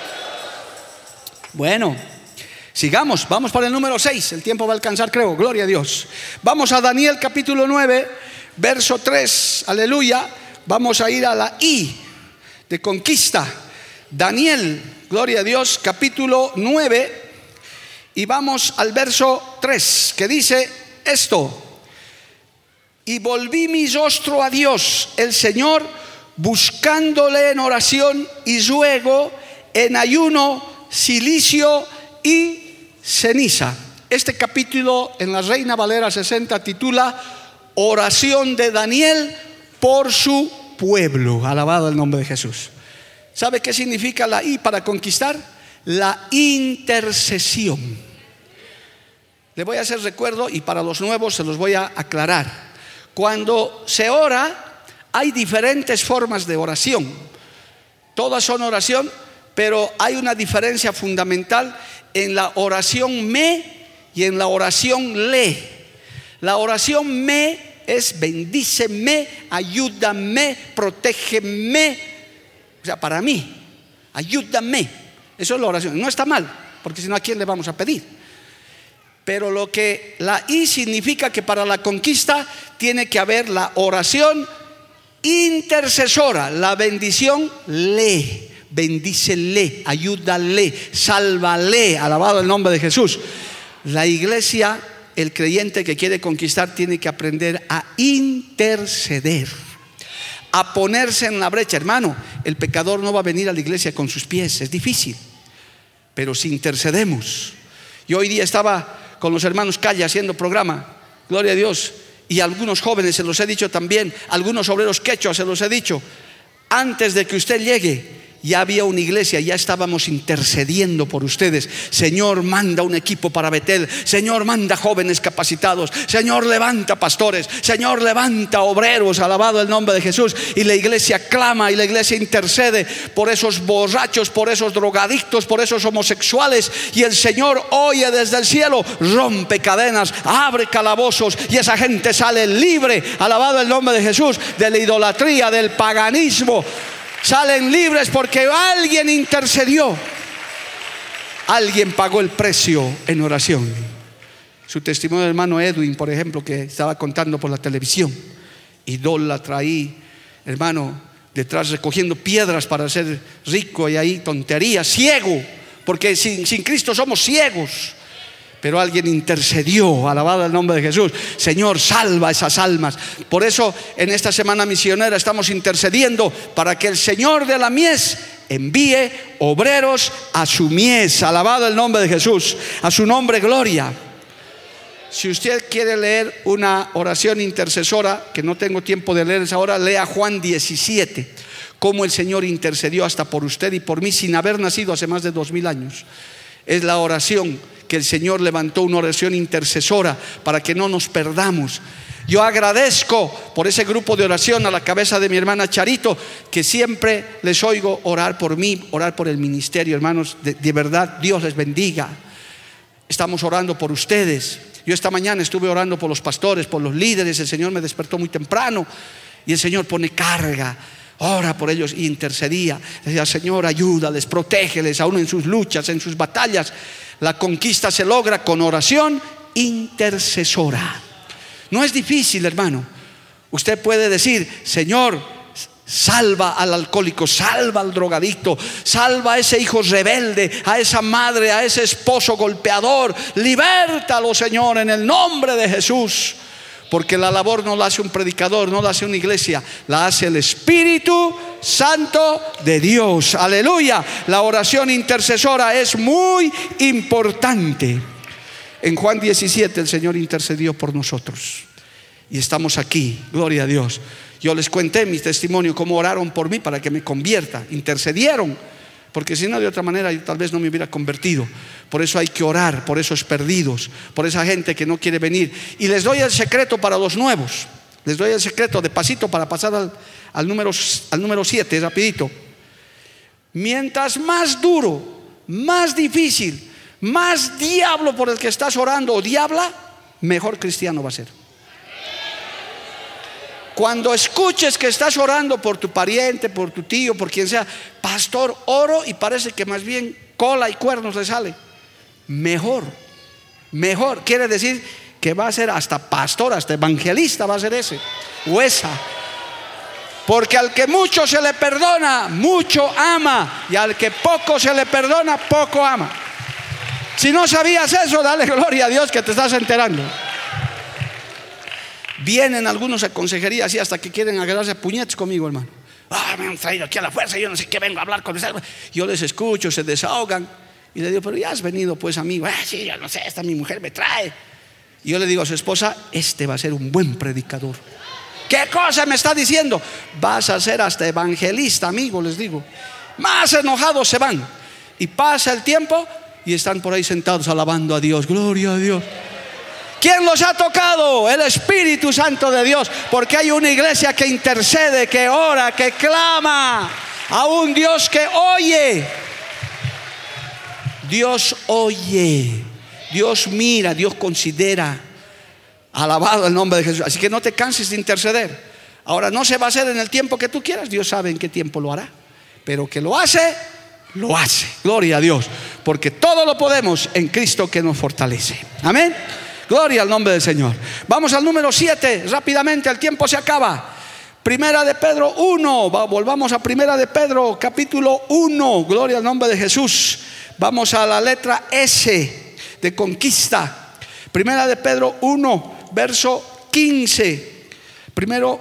Bueno, sigamos, vamos por el número seis. El tiempo va a alcanzar, creo, gloria a Dios. Vamos a Daniel capítulo nueve, verso tres, aleluya. Vamos a ir a la I de conquista. Daniel, gloria a Dios, capítulo nueve, y vamos al verso tres, que dice esto: y volví mi rostro a Dios el Señor, buscándole en oración y ruego, en ayuno, cilicio y ceniza. Este capítulo en la Reina Valera sesenta titula Oración de Daniel por su pueblo. Alabado el nombre de Jesús. ¿Sabe qué significa la I para conquistar? La intercesión. Le voy a hacer recuerdo, y para los nuevos se los voy a aclarar. Cuando se ora, hay diferentes formas de oración. Todas son oración, pero hay una diferencia fundamental en la oración me y en la oración le. La oración me es bendíceme, ayúdame, protégeme. O sea, para mí, ayúdame. Eso es la oración. No está mal, porque si no, ¿a quién le vamos a pedir? Pero lo que la I significa que para la conquista tiene que haber la oración intercesora, la bendición le. Bendícele, ayúdale, sálvale. Alabado el nombre de Jesús. La iglesia, el creyente que quiere conquistar, tiene que aprender a interceder, a ponerse en la brecha. Hermano, el pecador no va a venir a la iglesia con sus pies, es difícil, pero si intercedemos. Yo hoy día estaba con los hermanos Calle haciendo programa, gloria a Dios, y algunos jóvenes se los he dicho también, algunos obreros quechua se los he dicho. Antes de que usted llegue, ya había una iglesia, ya estábamos intercediendo por ustedes. Señor, manda un equipo para Betel. Señor, manda jóvenes capacitados. Señor, levanta pastores. Señor, levanta obreros. Alabado el nombre de Jesús. Y la iglesia clama y la iglesia intercede por esos borrachos, por esos drogadictos, por esos homosexuales. Y el Señor oye desde el cielo, rompe cadenas, abre calabozos, y esa gente sale libre. Alabado el nombre de Jesús, de la idolatría, del paganismo. Salen libres porque alguien intercedió. Alguien pagó el precio en oración. Su testimonio del hermano Edwin, por ejemplo, que estaba contando por la televisión. Idólatra ahí, hermano, detrás recogiendo piedras para ser rico, y ahí tonterías, ciego, porque sin, sin Cristo somos ciegos. Pero alguien intercedió, alabado el nombre de Jesús. Señor, salva esas almas. Por eso en esta semana misionera estamos intercediendo para que el Señor de la mies envíe obreros a su mies. Alabado el nombre de Jesús, a su nombre gloria. Si usted quiere leer una oración intercesora, que no tengo tiempo de leer ahora, lea Juan diecisiete, cómo el Señor intercedió hasta por usted y por mí sin haber nacido hace más de dos mil años. Es la oración que el Señor levantó, una oración intercesora para que no nos perdamos. Yo agradezco por ese grupo de oración a la cabeza de mi hermana Charito, que siempre les oigo orar por mí, orar por el ministerio. Hermanos, de, de verdad, Dios les bendiga. Estamos orando por ustedes. Yo esta mañana estuve orando por los pastores, por los líderes. El Señor me despertó muy temprano y el Señor pone carga. Ora por ellos y intercedía. Decía, Señor, ayúdales, protégeles aún en sus luchas, en sus batallas. La conquista se logra con oración intercesora. No es difícil, hermano. Usted puede decir, Señor, salva al alcohólico, salva al drogadicto, salva a ese hijo rebelde, a esa madre, a ese esposo golpeador. Libértalo, Señor, en el nombre de Jesús. Porque la labor no la hace un predicador, no la hace una iglesia, la hace el Espíritu Santo de Dios. Aleluya. La oración intercesora es muy importante. En Juan diecisiete el Señor intercedió por nosotros y estamos aquí, gloria a Dios. Yo les conté mi testimonio, cómo oraron por mí para que me convierta. Intercedieron, porque si no, de otra manera yo tal vez no me hubiera convertido. Por eso hay que orar por esos perdidos, por esa gente que no quiere venir. Y les doy el secreto para los nuevos. Les doy el secreto de pasito para pasar al, al número al número siete, rapidito. Mientras más duro, más difícil, más diablo por el que estás orando o diabla, mejor cristiano va a ser. Cuando escuches que estás orando por tu pariente, por tu tío, por quien sea, pastor, oro y parece que más bien cola y cuernos le sale, mejor, mejor, quiere decir que va a ser hasta pastor, hasta evangelista va a ser ese o esa. Porque al que mucho se le perdona, mucho ama, y al que poco se le perdona, poco ama. Si no sabías eso, dale gloria a Dios que te estás enterando. Vienen algunos a consejería así hasta que quieren agarrarse a puñetes conmigo, hermano. Ah, me han traído aquí a la fuerza, yo no sé qué vengo a hablar con ustedes. Yo les escucho, se desahogan y le digo, pero ya has venido pues amigo. Ah, sí, yo no sé, esta mi mujer me trae. Y yo le digo a su esposa, este va a ser un buen predicador. ¿Qué cosa me está diciendo? Vas a ser hasta evangelista, amigo, les digo. Más enojados se van. Y pasa el tiempo y están por ahí sentados alabando a Dios. Gloria a Dios. ¿Quién los ha tocado? El Espíritu Santo de Dios. Porque hay una iglesia que intercede, que ora, que clama a un Dios que oye. Dios oye, Dios mira, Dios considera. Alabado el nombre de Jesús. Así que no te canses de interceder. Ahora no se va a hacer en el tiempo que tú quieras. Dios sabe en qué tiempo lo hará. Pero que lo hace, lo hace. Gloria a Dios. Porque todo lo podemos en Cristo que nos fortalece. Amén. Gloria al nombre del Señor. Vamos al número siete, rápidamente, el tiempo se acaba. Primera de Pedro uno, volvamos a Primera de Pedro, capítulo uno, gloria al nombre de Jesús. Vamos a la letra S de conquista. Primera de Pedro uno, verso quince. Primero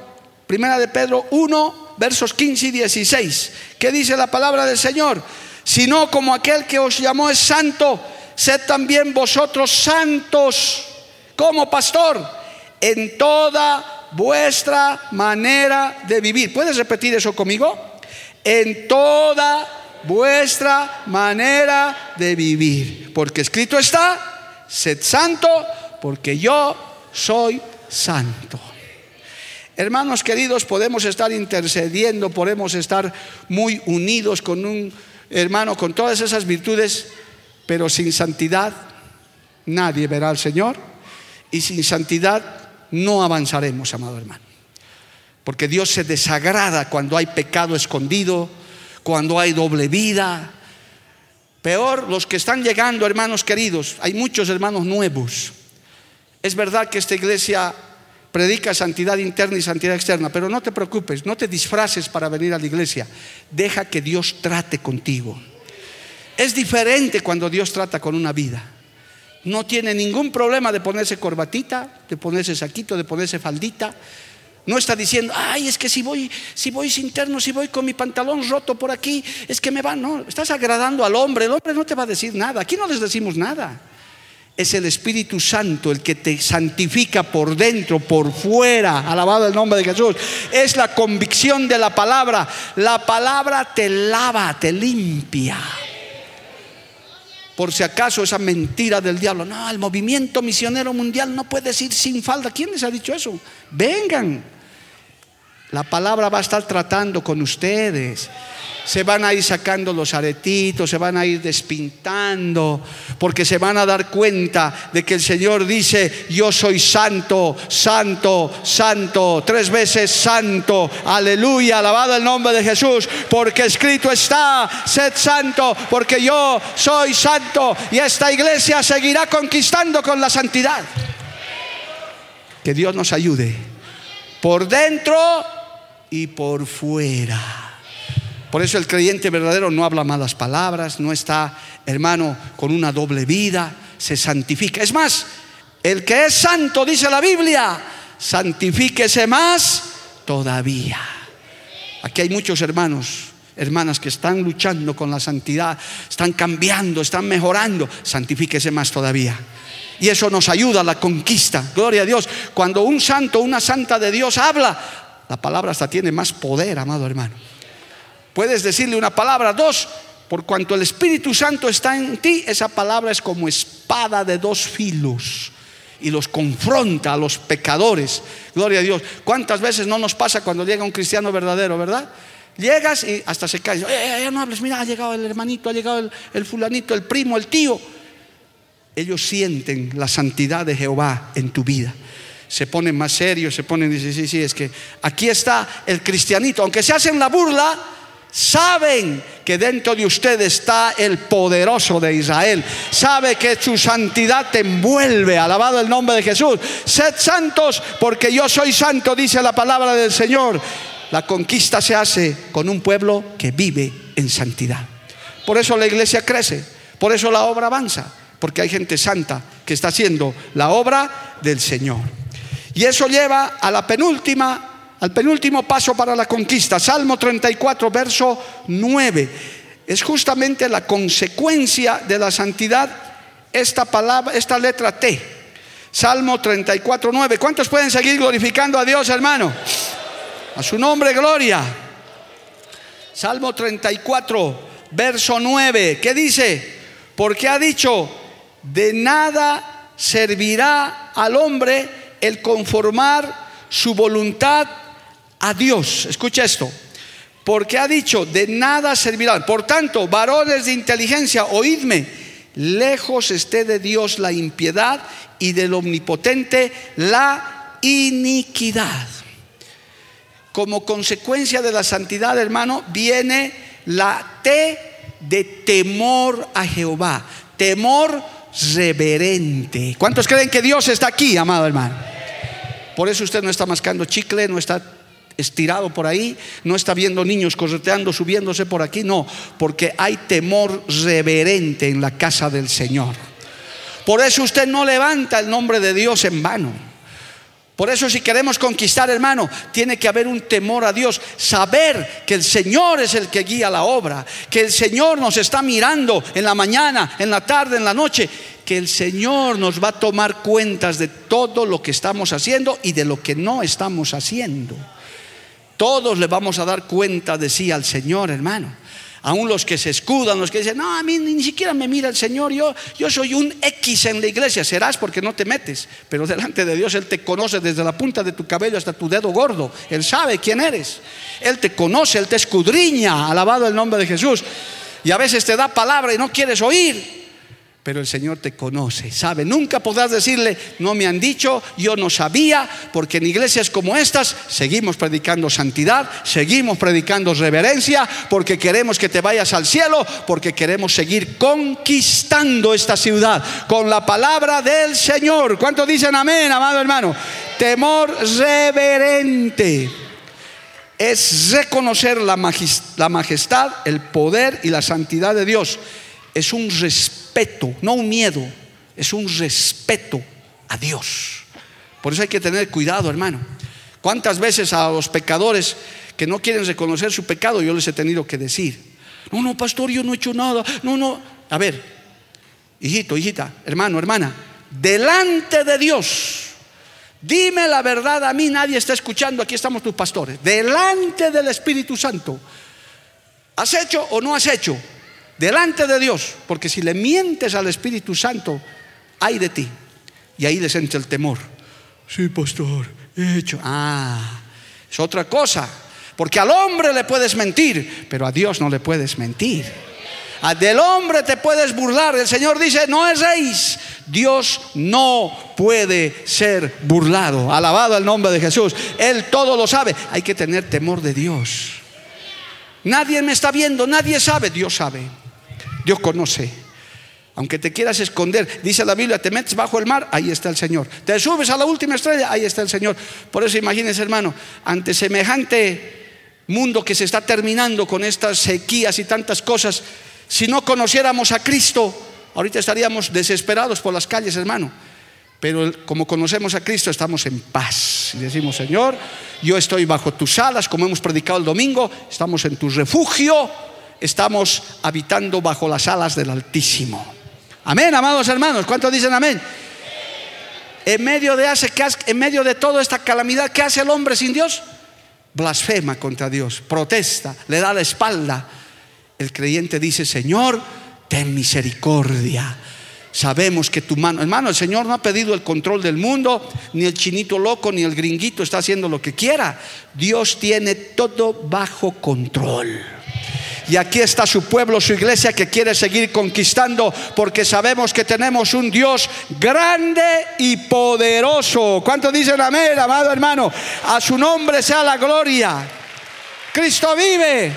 Primera de Pedro uno, versos quince y dieciséis. ¿Qué dice la palabra del Señor? Sino como aquel que os llamó es santo, sed también vosotros santos, como pastor, en toda vuestra manera de vivir. ¿Puedes repetir eso conmigo? En toda vuestra manera de vivir, porque escrito está: sed santo, porque yo soy santo. Hermanos queridos, podemos estar intercediendo, podemos estar muy unidos con un hermano con todas esas virtudes, pero sin santidad nadie verá al Señor, y sin santidad no avanzaremos, amado hermano, porque Dios se desagrada cuando hay pecado escondido, cuando hay doble vida. Peor los que están llegando, hermanos queridos. Hay muchos hermanos nuevos. Es verdad que esta iglesia predica santidad interna y santidad externa, pero no te preocupes, no te disfraces para venir a la iglesia. Deja que Dios trate contigo. Es diferente cuando Dios trata con una vida. No tiene ningún problema de ponerse corbatita, de ponerse saquito, de ponerse faldita. No está diciendo: ay, es que si voy, si voy sin terno, si voy con mi pantalón roto por aquí, es que me va. No, estás agradando al hombre. El hombre no te va a decir nada. Aquí no les decimos nada. Es el Espíritu Santo el que te santifica por dentro, por fuera. Alabado el nombre de Jesús. Es la convicción de la palabra. La palabra te lava, te limpia. Por si acaso esa mentira del diablo: no, el movimiento misionero mundial no puedes ir sin falda. ¿Quién les ha dicho eso? Vengan. La palabra va a estar tratando con ustedes. Se van a ir sacando los aretitos, se van a ir despintando, porque se van a dar cuenta de que el Señor dice: yo soy santo, santo, santo, tres veces santo. Aleluya, alabado el nombre de Jesús, porque escrito está: sed santo, porque yo soy santo. Y esta iglesia seguirá conquistando con la santidad. Que Dios nos ayude por dentro y por fuera. Por eso el creyente verdadero no habla malas palabras, no está, hermano, con una doble vida, se santifica. Es más, el que es santo, dice la Biblia, santifíquese más todavía. Aquí hay muchos hermanos, hermanas que están luchando con la santidad, están cambiando, están mejorando. Santifíquese más todavía. Y eso nos ayuda a la conquista. Gloria a Dios. Cuando un santo, una santa de Dios habla, la palabra hasta tiene más poder, amado hermano. Puedes decirle una palabra, dos, por cuanto el Espíritu Santo está en ti, esa palabra es como espada de dos filos y los confronta a los pecadores. Gloria a Dios. ¿Cuántas veces no nos pasa cuando llega un cristiano verdadero, verdad? Llegas y hasta se cae. Eh, ya no hables, mira, ha llegado el hermanito, ha llegado el, el fulanito, el primo, el tío. Ellos sienten la santidad de Jehová en tu vida. Se ponen más serios, se ponen y dicen: sí, sí, es que aquí está el cristianito. Aunque se hacen la burla, saben que dentro de usted está el poderoso de Israel. Sabe que su santidad te envuelve. Alabado el nombre de Jesús. Sed santos, porque yo soy santo, dice la palabra del Señor. La conquista se hace con un pueblo que vive en santidad. Por eso la iglesia crece, por eso la obra avanza, porque hay gente santa que está haciendo la obra del Señor. Y eso lleva a la penúltima Al penúltimo paso para la conquista. Salmo treinta y cuatro, verso nueve. Es justamente la consecuencia de la santidad esta palabra, esta letra T. Salmo treinta y cuatro, nueve. ¿Cuántos pueden seguir glorificando a Dios, hermano? A su nombre, gloria. Salmo treinta y cuatro, verso nueve. ¿Qué dice? Porque ha dicho: de nada servirá al hombre el conformar su voluntad a Dios. Escucha esto. Porque ha dicho: de nada servirá. Por tanto, varones de inteligencia, oídme: lejos esté de Dios la impiedad, y del omnipotente la iniquidad. Como consecuencia de la santidad, hermano, viene la T de temor a Jehová. Temor reverente. ¿Cuántos creen que Dios está aquí, amado hermano? Por eso usted no está mascando chicle, no está estirado por ahí, no está viendo niños correteando, subiéndose por aquí. No, porque hay temor reverente en la casa del Señor. Por eso usted no levanta el nombre de Dios en vano. Por eso, si queremos conquistar, hermano, tiene que haber un temor a Dios. Saber que el Señor es el que guía la obra, que el Señor nos está mirando en la mañana, en la tarde, en la noche, que el Señor nos va a tomar cuentas de todo lo que estamos haciendo y de lo que no estamos haciendo. Todos le vamos a dar cuenta de sí al Señor, hermano. Aún los que se escudan, los que dicen, no, a mí ni siquiera me mira el Señor, yo, yo soy un X en la iglesia. Serás porque no te metes, pero delante de Dios Él te conoce desde la punta de tu cabello hasta tu dedo gordo. Él sabe quién eres, Él te conoce, Él te escudriña. Alabado el nombre de Jesús. Y a veces te da palabra y no quieres oír, pero el Señor te conoce, sabe. Nunca podrás decirle, no me han dicho, yo no sabía, porque en iglesias como estas seguimos predicando santidad, seguimos predicando reverencia, porque queremos que te vayas al cielo, porque queremos seguir conquistando esta ciudad con la palabra del Señor. ¿Cuántos dicen amén, amado hermano? Temor reverente es reconocer la majestad, el poder y la santidad de Dios. Es un respeto, no un miedo, es un respeto a Dios. Por eso hay que tener cuidado, hermano. ¿Cuántas veces a los pecadores que no quieren reconocer su pecado yo les he tenido que decir, no, no, pastor, yo no he hecho nada, no, no. A ver, hijito, hijita, hermano, hermana, delante de Dios, dime la verdad a mí, nadie está escuchando, aquí estamos tus pastores. Delante del Espíritu Santo, ¿has hecho o no has hecho? Delante de Dios, porque si le mientes al Espíritu Santo, ay de ti. Y ahí les entra el temor. Sí, pastor, he hecho. Ah, es otra cosa. Porque al hombre le puedes mentir, pero a Dios no le puedes mentir. A del hombre te puedes burlar. El Señor dice, no erréis. Dios no puede ser burlado. Alabado el nombre de Jesús. Él todo lo sabe. Hay que tener temor de Dios. Nadie me está viendo, nadie sabe. Dios sabe. Dios conoce. Aunque te quieras esconder, dice la Biblia, te metes bajo el mar, ahí está el Señor. Te subes a la última estrella, ahí está el Señor. Por eso imagínense, hermano, ante semejante mundo que se está terminando con estas sequías y tantas cosas, si no conociéramos a Cristo, ahorita estaríamos desesperados por las calles, hermano. Pero como conocemos a Cristo, estamos en paz. Y decimos, Señor, yo estoy bajo tus alas, como hemos predicado el domingo, estamos en tu refugio, estamos habitando bajo las alas del Altísimo. Amén, amados hermanos. ¿Cuántos dicen amén? En medio de hace, en medio de toda esta calamidad, ¿qué hace el hombre sin Dios? Blasfema contra Dios, protesta, le da la espalda. El creyente dice, Señor, ten misericordia. Sabemos que tu mano, hermano, el Señor no ha pedido el control del mundo, ni el chinito loco, ni el gringuito está haciendo lo que quiera. Dios tiene todo bajo control. Y aquí está su pueblo, su iglesia, que quiere seguir conquistando, porque sabemos que tenemos un Dios grande y poderoso. ¿Cuántos dicen amén, amado hermano? A su nombre sea la gloria. Cristo vive.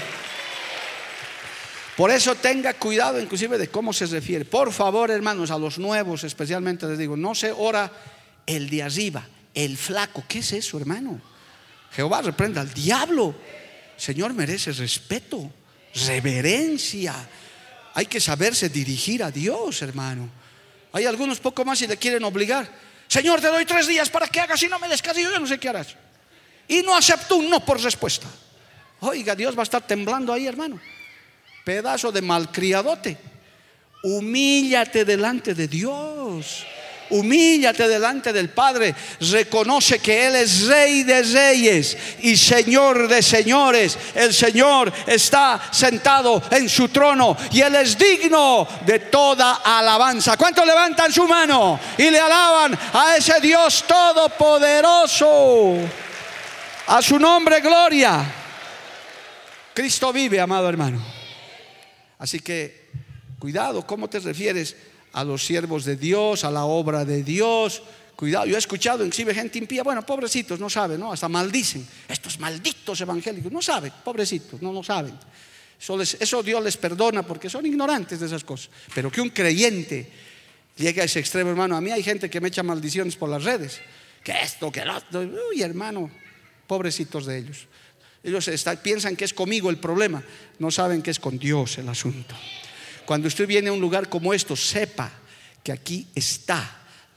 Por eso tenga cuidado inclusive de cómo se refiere. Por favor, hermanos, a los nuevos especialmente les digo, no se ora el de arriba, el flaco. ¿Qué es eso, hermano? Jehová reprenda al diablo. El Señor merece respeto, reverencia. Hay que saberse dirigir a Dios, hermano. Hay algunos poco más y le quieren obligar. Señor, te doy tres días para que hagas, y no me des caso, yo no sé qué harás. Y no acepto un no por respuesta. Oiga, Dios va a estar temblando ahí, hermano. Pedazo de malcriadote. Humíllate delante de Dios. Humíllate delante del Padre. Reconoce que Él es Rey de reyes y Señor de señores. El Señor está sentado en su trono y Él es digno de toda alabanza. ¿Cuántos levantan su mano y le alaban a ese Dios todopoderoso? A su nombre gloria. Cristo vive, amado hermano. Así que cuidado, ¿cómo te refieres a los siervos de Dios, a la obra de Dios? Cuidado, yo he escuchado inclusive gente impía, bueno, pobrecitos, no saben, ¿no? Hasta maldicen, estos malditos evangélicos, no saben, pobrecitos, no lo saben. Eso, les, eso Dios les perdona porque son ignorantes de esas cosas. Pero que un creyente llegue a ese extremo, hermano, a mí hay gente que me echa maldiciones por las redes, que esto, que lo otro, uy, hermano, pobrecitos de ellos. Ellos está, piensan que es conmigo el problema, no saben que es con Dios el asunto. Cuando usted viene a un lugar como esto, sepa que aquí está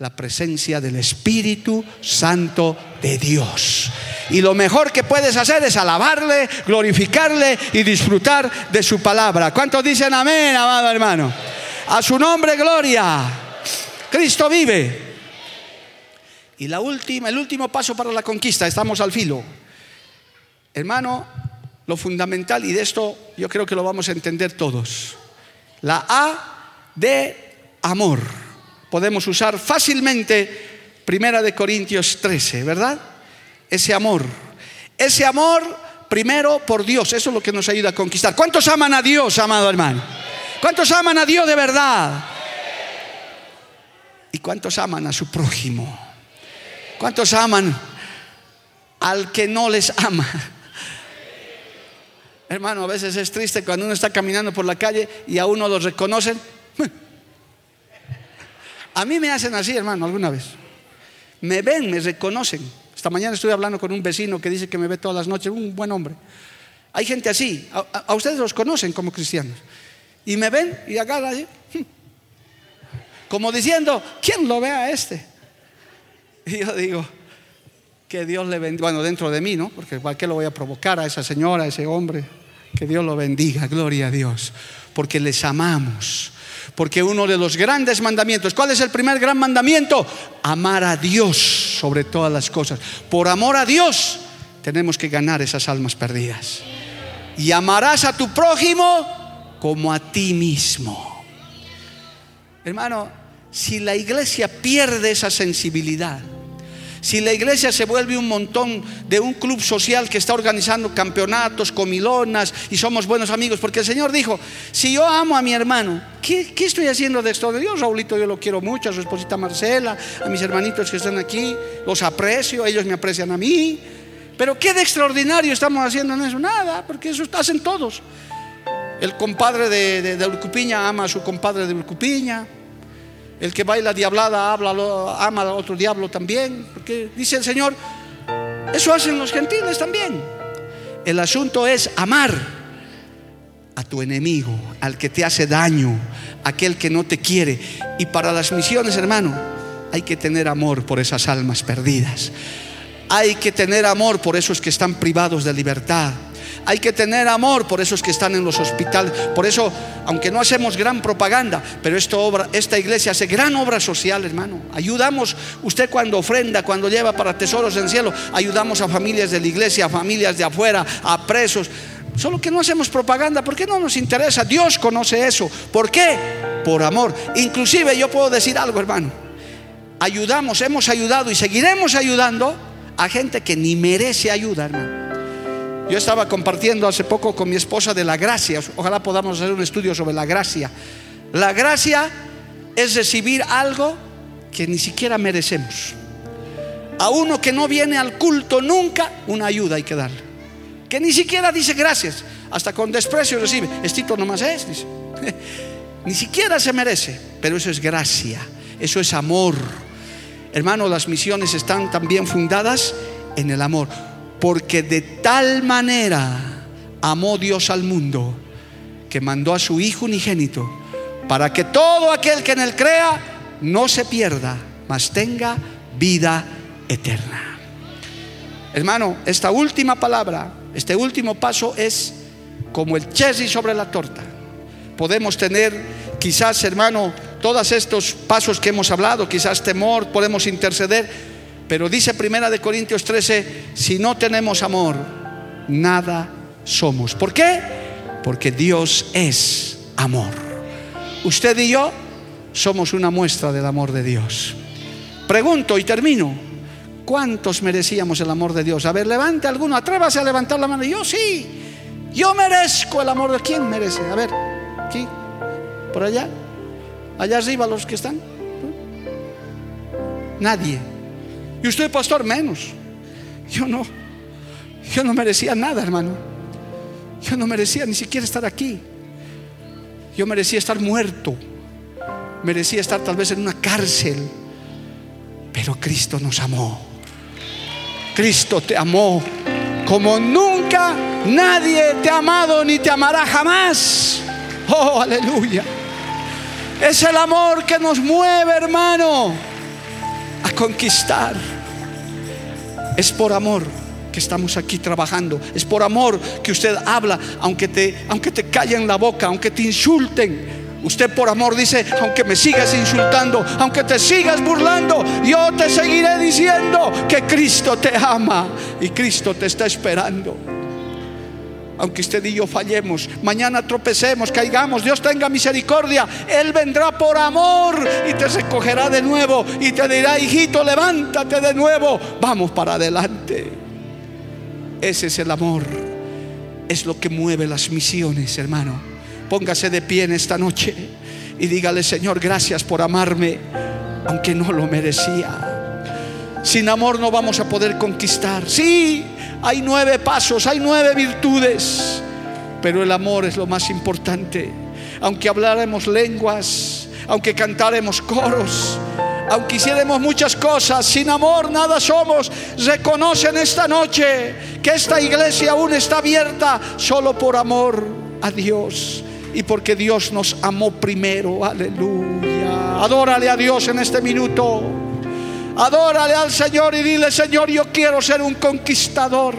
la presencia del Espíritu Santo de Dios. Y lo mejor que puedes hacer es alabarle, glorificarle y disfrutar de su palabra. ¿Cuántos dicen amén, amado hermano? A su nombre, gloria. Cristo vive. Y la última, el último paso para la conquista, estamos al filo. Hermano, lo fundamental, y de esto yo creo que lo vamos a entender todos. La A de amor. Podemos usar fácilmente Primera de Corintios trece, ¿verdad? Ese amor. Ese amor primero por Dios. Eso es lo que nos ayuda a conquistar. ¿Cuántos aman a Dios, amado hermano? ¿Cuántos aman a Dios de verdad? ¿Y cuántos aman a su prójimo? ¿Cuántos aman al que no les ama? Hermano, a veces es triste cuando uno está caminando por la calle y a uno lo reconocen. A mí me hacen así, hermano, alguna vez. Me ven, me reconocen. Esta mañana estuve hablando con un vecino que dice que me ve todas las noches, un buen hombre. Hay gente así, a, a, a ustedes los conocen como cristianos. Y me ven y agarran así, como diciendo, ¿quién lo ve a este? Y yo digo, que Dios le bendiga. Bueno, dentro de mí, ¿no? Porque ¿para qué lo voy a provocar a esa señora, a ese hombre? Que Dios lo bendiga, gloria a Dios. Porque les amamos. Porque uno de los grandes mandamientos, ¿cuál es el primer gran mandamiento? Amar a Dios sobre todas las cosas. Por amor a Dios tenemos que ganar esas almas perdidas. Y amarás a tu prójimo como a ti mismo. Hermano, si la iglesia pierde esa sensibilidad, si la iglesia se vuelve un montón de un club social que está organizando campeonatos, comilonas y somos buenos amigos, porque el Señor dijo, si yo amo a mi hermano, ¿qué, qué estoy haciendo de extraordinario? Raulito yo lo quiero mucho, a su esposita Marcela, a mis hermanitos que están aquí, los aprecio, ellos me aprecian a mí. Pero ¿qué de extraordinario estamos haciendo en eso? Nada, porque eso hacen todos. El compadre de, de, de Urcupiña ama a su compadre de Urcupiña. El que baila diablada habla, ama a otro diablo también. Porque dice el Señor, eso hacen los gentiles también. El asunto es amar a tu enemigo, al que te hace daño, aquel que no te quiere. Y para las misiones, hermano, hay que tener amor por esas almas perdidas. Hay que tener amor por esos que están privados de libertad. Hay que tener amor por esos que están en los hospitales. Por eso, aunque no hacemos gran propaganda, pero esta obra, esta iglesia hace gran obra social, hermano. Ayudamos, usted cuando ofrenda, cuando lleva para tesoros en el cielo, ayudamos a familias de la iglesia, a familias de afuera, a presos. Solo que no hacemos propaganda, porque no nos interesa. Dios conoce eso. ¿Por qué? Por amor. Inclusive yo puedo decir algo, hermano. Ayudamos, hemos ayudado y seguiremos ayudando a gente que ni merece ayuda, hermano. Yo estaba compartiendo hace poco con mi esposa de la gracia. Ojalá podamos hacer un estudio sobre la gracia. La gracia es recibir algo que ni siquiera merecemos. A uno que no viene al culto nunca, una ayuda hay que darle, que ni siquiera dice gracias, hasta con desprecio recibe. Estito nomás es, dice. Ni siquiera se merece, pero eso es gracia, eso es amor. Hermano, las misiones están también fundadas en el amor. Porque de tal manera amó Dios al mundo, que mandó a su Hijo unigénito, para que todo aquel que en él crea no se pierda, mas tenga vida eterna. Hermano, esta última palabra, este último paso es como el cherry sobre la torta. Podemos tener quizás, hermano, todos estos pasos que hemos hablado, quizás temor, podemos interceder. Pero dice Primera de Corintios trece, si no tenemos amor, nada somos. ¿Por qué? Porque Dios es amor. Usted y yo somos una muestra del amor de Dios. Pregunto y termino, ¿cuántos merecíamos el amor de Dios? A ver, levante alguno, atrévase a levantar la mano. Yo sí, yo merezco el amor de... ¿Quién merece? A ver, aquí, por allá, allá arriba los que están. Nadie. Y usted, pastor, menos. Yo no, yo no merecía nada, hermano. Yo no merecía ni siquiera estar aquí. Yo merecía estar muerto. Merecía estar tal vez en una cárcel. Pero Cristo nos amó. Cristo te amó como nunca nadie te ha amado ni te amará jamás. Oh, aleluya. Es el amor que nos mueve, hermano. a conquistar. Es por amor que estamos aquí trabajando. Es por amor que usted habla, aunque te, aunque te callen la boca, aunque te insulten. Usted por amor dice: aunque me sigas insultando, aunque te sigas burlando, yo te seguiré diciendo que Cristo te ama y Cristo te está esperando. Aunque usted y yo fallemos, mañana tropecemos, caigamos, Dios tenga misericordia, Él vendrá por amor y te recogerá de nuevo y te dirá: hijito, levántate de nuevo, vamos para adelante. Ese es el amor, es lo que mueve las misiones, hermano. Póngase de pie en esta noche y dígale: Señor, gracias por amarme, aunque no lo merecía. Sin amor no vamos a poder conquistar. Sí, hay nueve pasos, hay nueve virtudes, pero el amor es lo más importante. Aunque habláramos lenguas, aunque cantáramos coros, aunque hiciéramos muchas cosas, sin amor nada somos. Reconoce en esta noche que esta iglesia aún está abierta solo por amor a Dios y porque Dios nos amó primero. Aleluya. Adórale a Dios en este minuto. Adórale al Señor y dile: Señor, yo quiero ser un conquistador.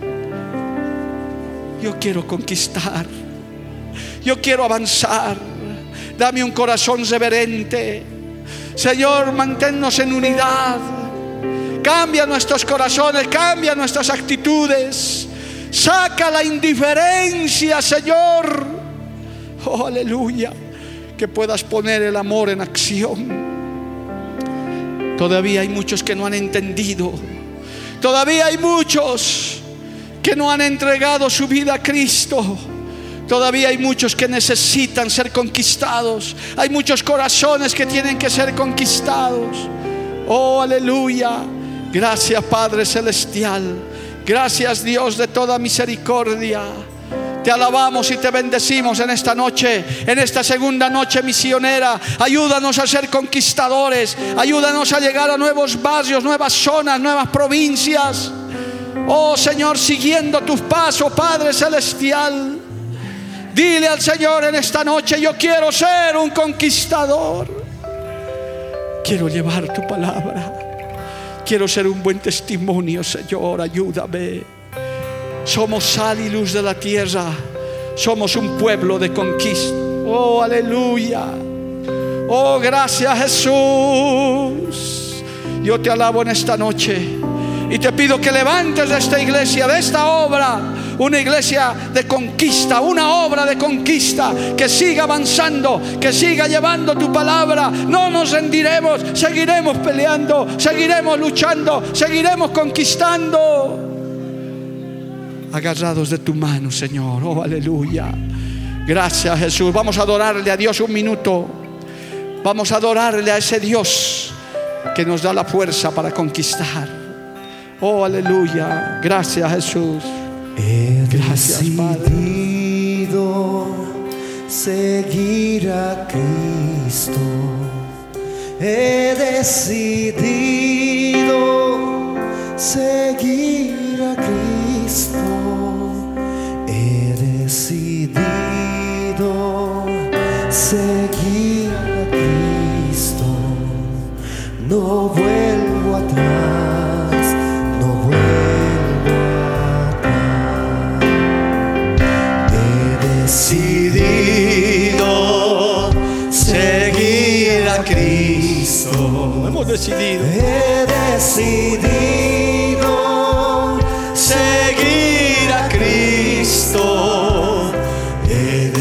Yo quiero conquistar. Yo quiero avanzar. Dame un corazón reverente. Señor, manténnos en unidad. Cambia nuestros corazones, cambia nuestras actitudes. Saca la indiferencia, Señor. Oh, aleluya. Que puedas poner el amor en acción. Todavía hay muchos que no han entendido. Todavía hay muchos que no han entregado su vida a Cristo. Todavía hay muchos que necesitan ser conquistados. Hay muchos corazones que tienen que ser conquistados. Oh, aleluya. Gracias, Padre Celestial. Gracias, Dios de toda misericordia. Te alabamos y te bendecimos en esta noche, en esta segunda noche misionera. Ayúdanos a ser conquistadores. Ayúdanos a llegar a nuevos barrios, nuevas zonas, nuevas provincias. Oh Señor, siguiendo tus pasos, Padre Celestial. Dile al Señor en esta noche: yo quiero ser un conquistador. Quiero llevar tu palabra. Quiero ser un buen testimonio, Señor. Ayúdame. Somos sal y luz de la tierra. Somos un pueblo de conquista. Oh, aleluya. Oh, gracias, Jesús. Yo te alabo en esta noche y te pido que levantes de esta iglesia, de esta obra, una iglesia de conquista, una obra de conquista, que siga avanzando, que siga llevando tu palabra. No nos rendiremos, seguiremos peleando, seguiremos luchando, seguiremos conquistando, agarrados de tu mano, Señor. Oh, aleluya. Gracias, Jesús. Vamos a adorarle a Dios un minuto. Vamos a adorarle a ese Dios que nos da la fuerza para conquistar. Oh, aleluya. Gracias, Jesús. He Gracias, Padre. decidido seguir a Cristo. He decidido seguir a Cristo. He decidido seguir a Cristo. No vuelvo atrás, no vuelvo atrás. He decidido seguir a Cristo. Hemos decidido. He decidido seguir a Cristo. He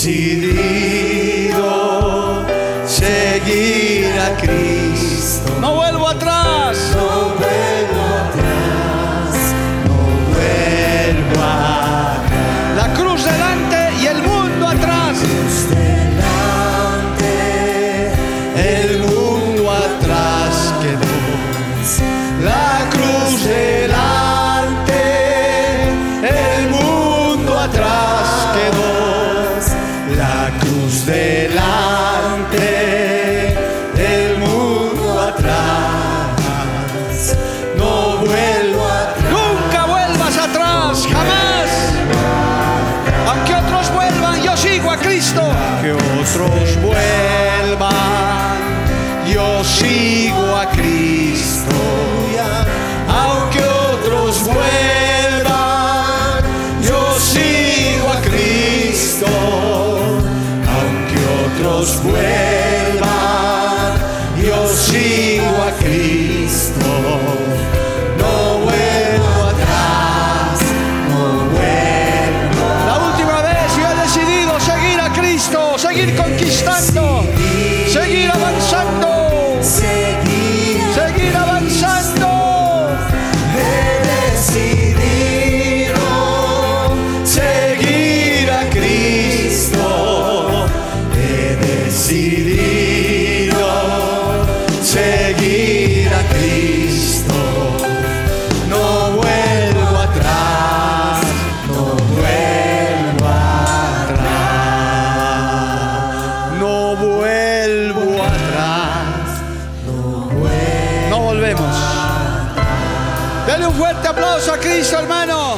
decidido seguir a Cristo. No vuelvo atrás. No vuelvo atrás, no vuelvo atrás. La cruz delante y el mundo atrás. Cruz delante, el mundo atrás quedó. La cruz delante, el mundo atrás quedó. La cruz delante, el mundo atrás. No vuelvo atrás. Nunca vuelvas atrás, jamás. Aunque otros vuelvan, yo sigo a Cristo. Que otros vuelvan, yo sigo a Cristo. vuelvan, yo sigo a Cristo. No vuelvo atrás, no vuelvo. La última vez yo he decidido seguir a Cristo, seguir conquistando, seguir avanzando, Seguir, seguir avanzando. he decidido seguir a Cristo. He decidido seguir a Cristo. No vuelvo atrás, no vuelvo atrás. No vuelvo atrás. No volvemos. Dale un fuerte aplauso a Cristo, hermano.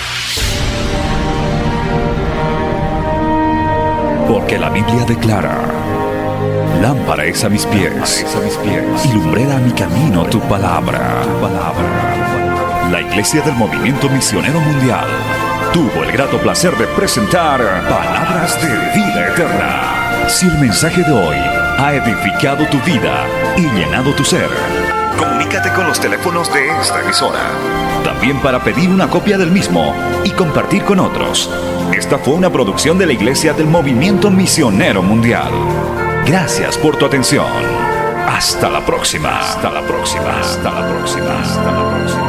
Porque la Biblia declara: lámpara es a mis pies, y lumbrera a mi camino tu palabra. Tu palabra. La Iglesia del Movimiento Misionero Mundial tuvo el grato placer de presentar Palabras de Vida Eterna. Si el mensaje de hoy ha edificado tu vida y llenado tu ser, comunícate con los teléfonos de esta emisora. También para pedir una copia del mismo y compartir con otros. Esta fue una producción de la Iglesia del Movimiento Misionero Mundial. Gracias por tu atención. Hasta la próxima. Hasta la próxima. Hasta la próxima. Hasta la próxima.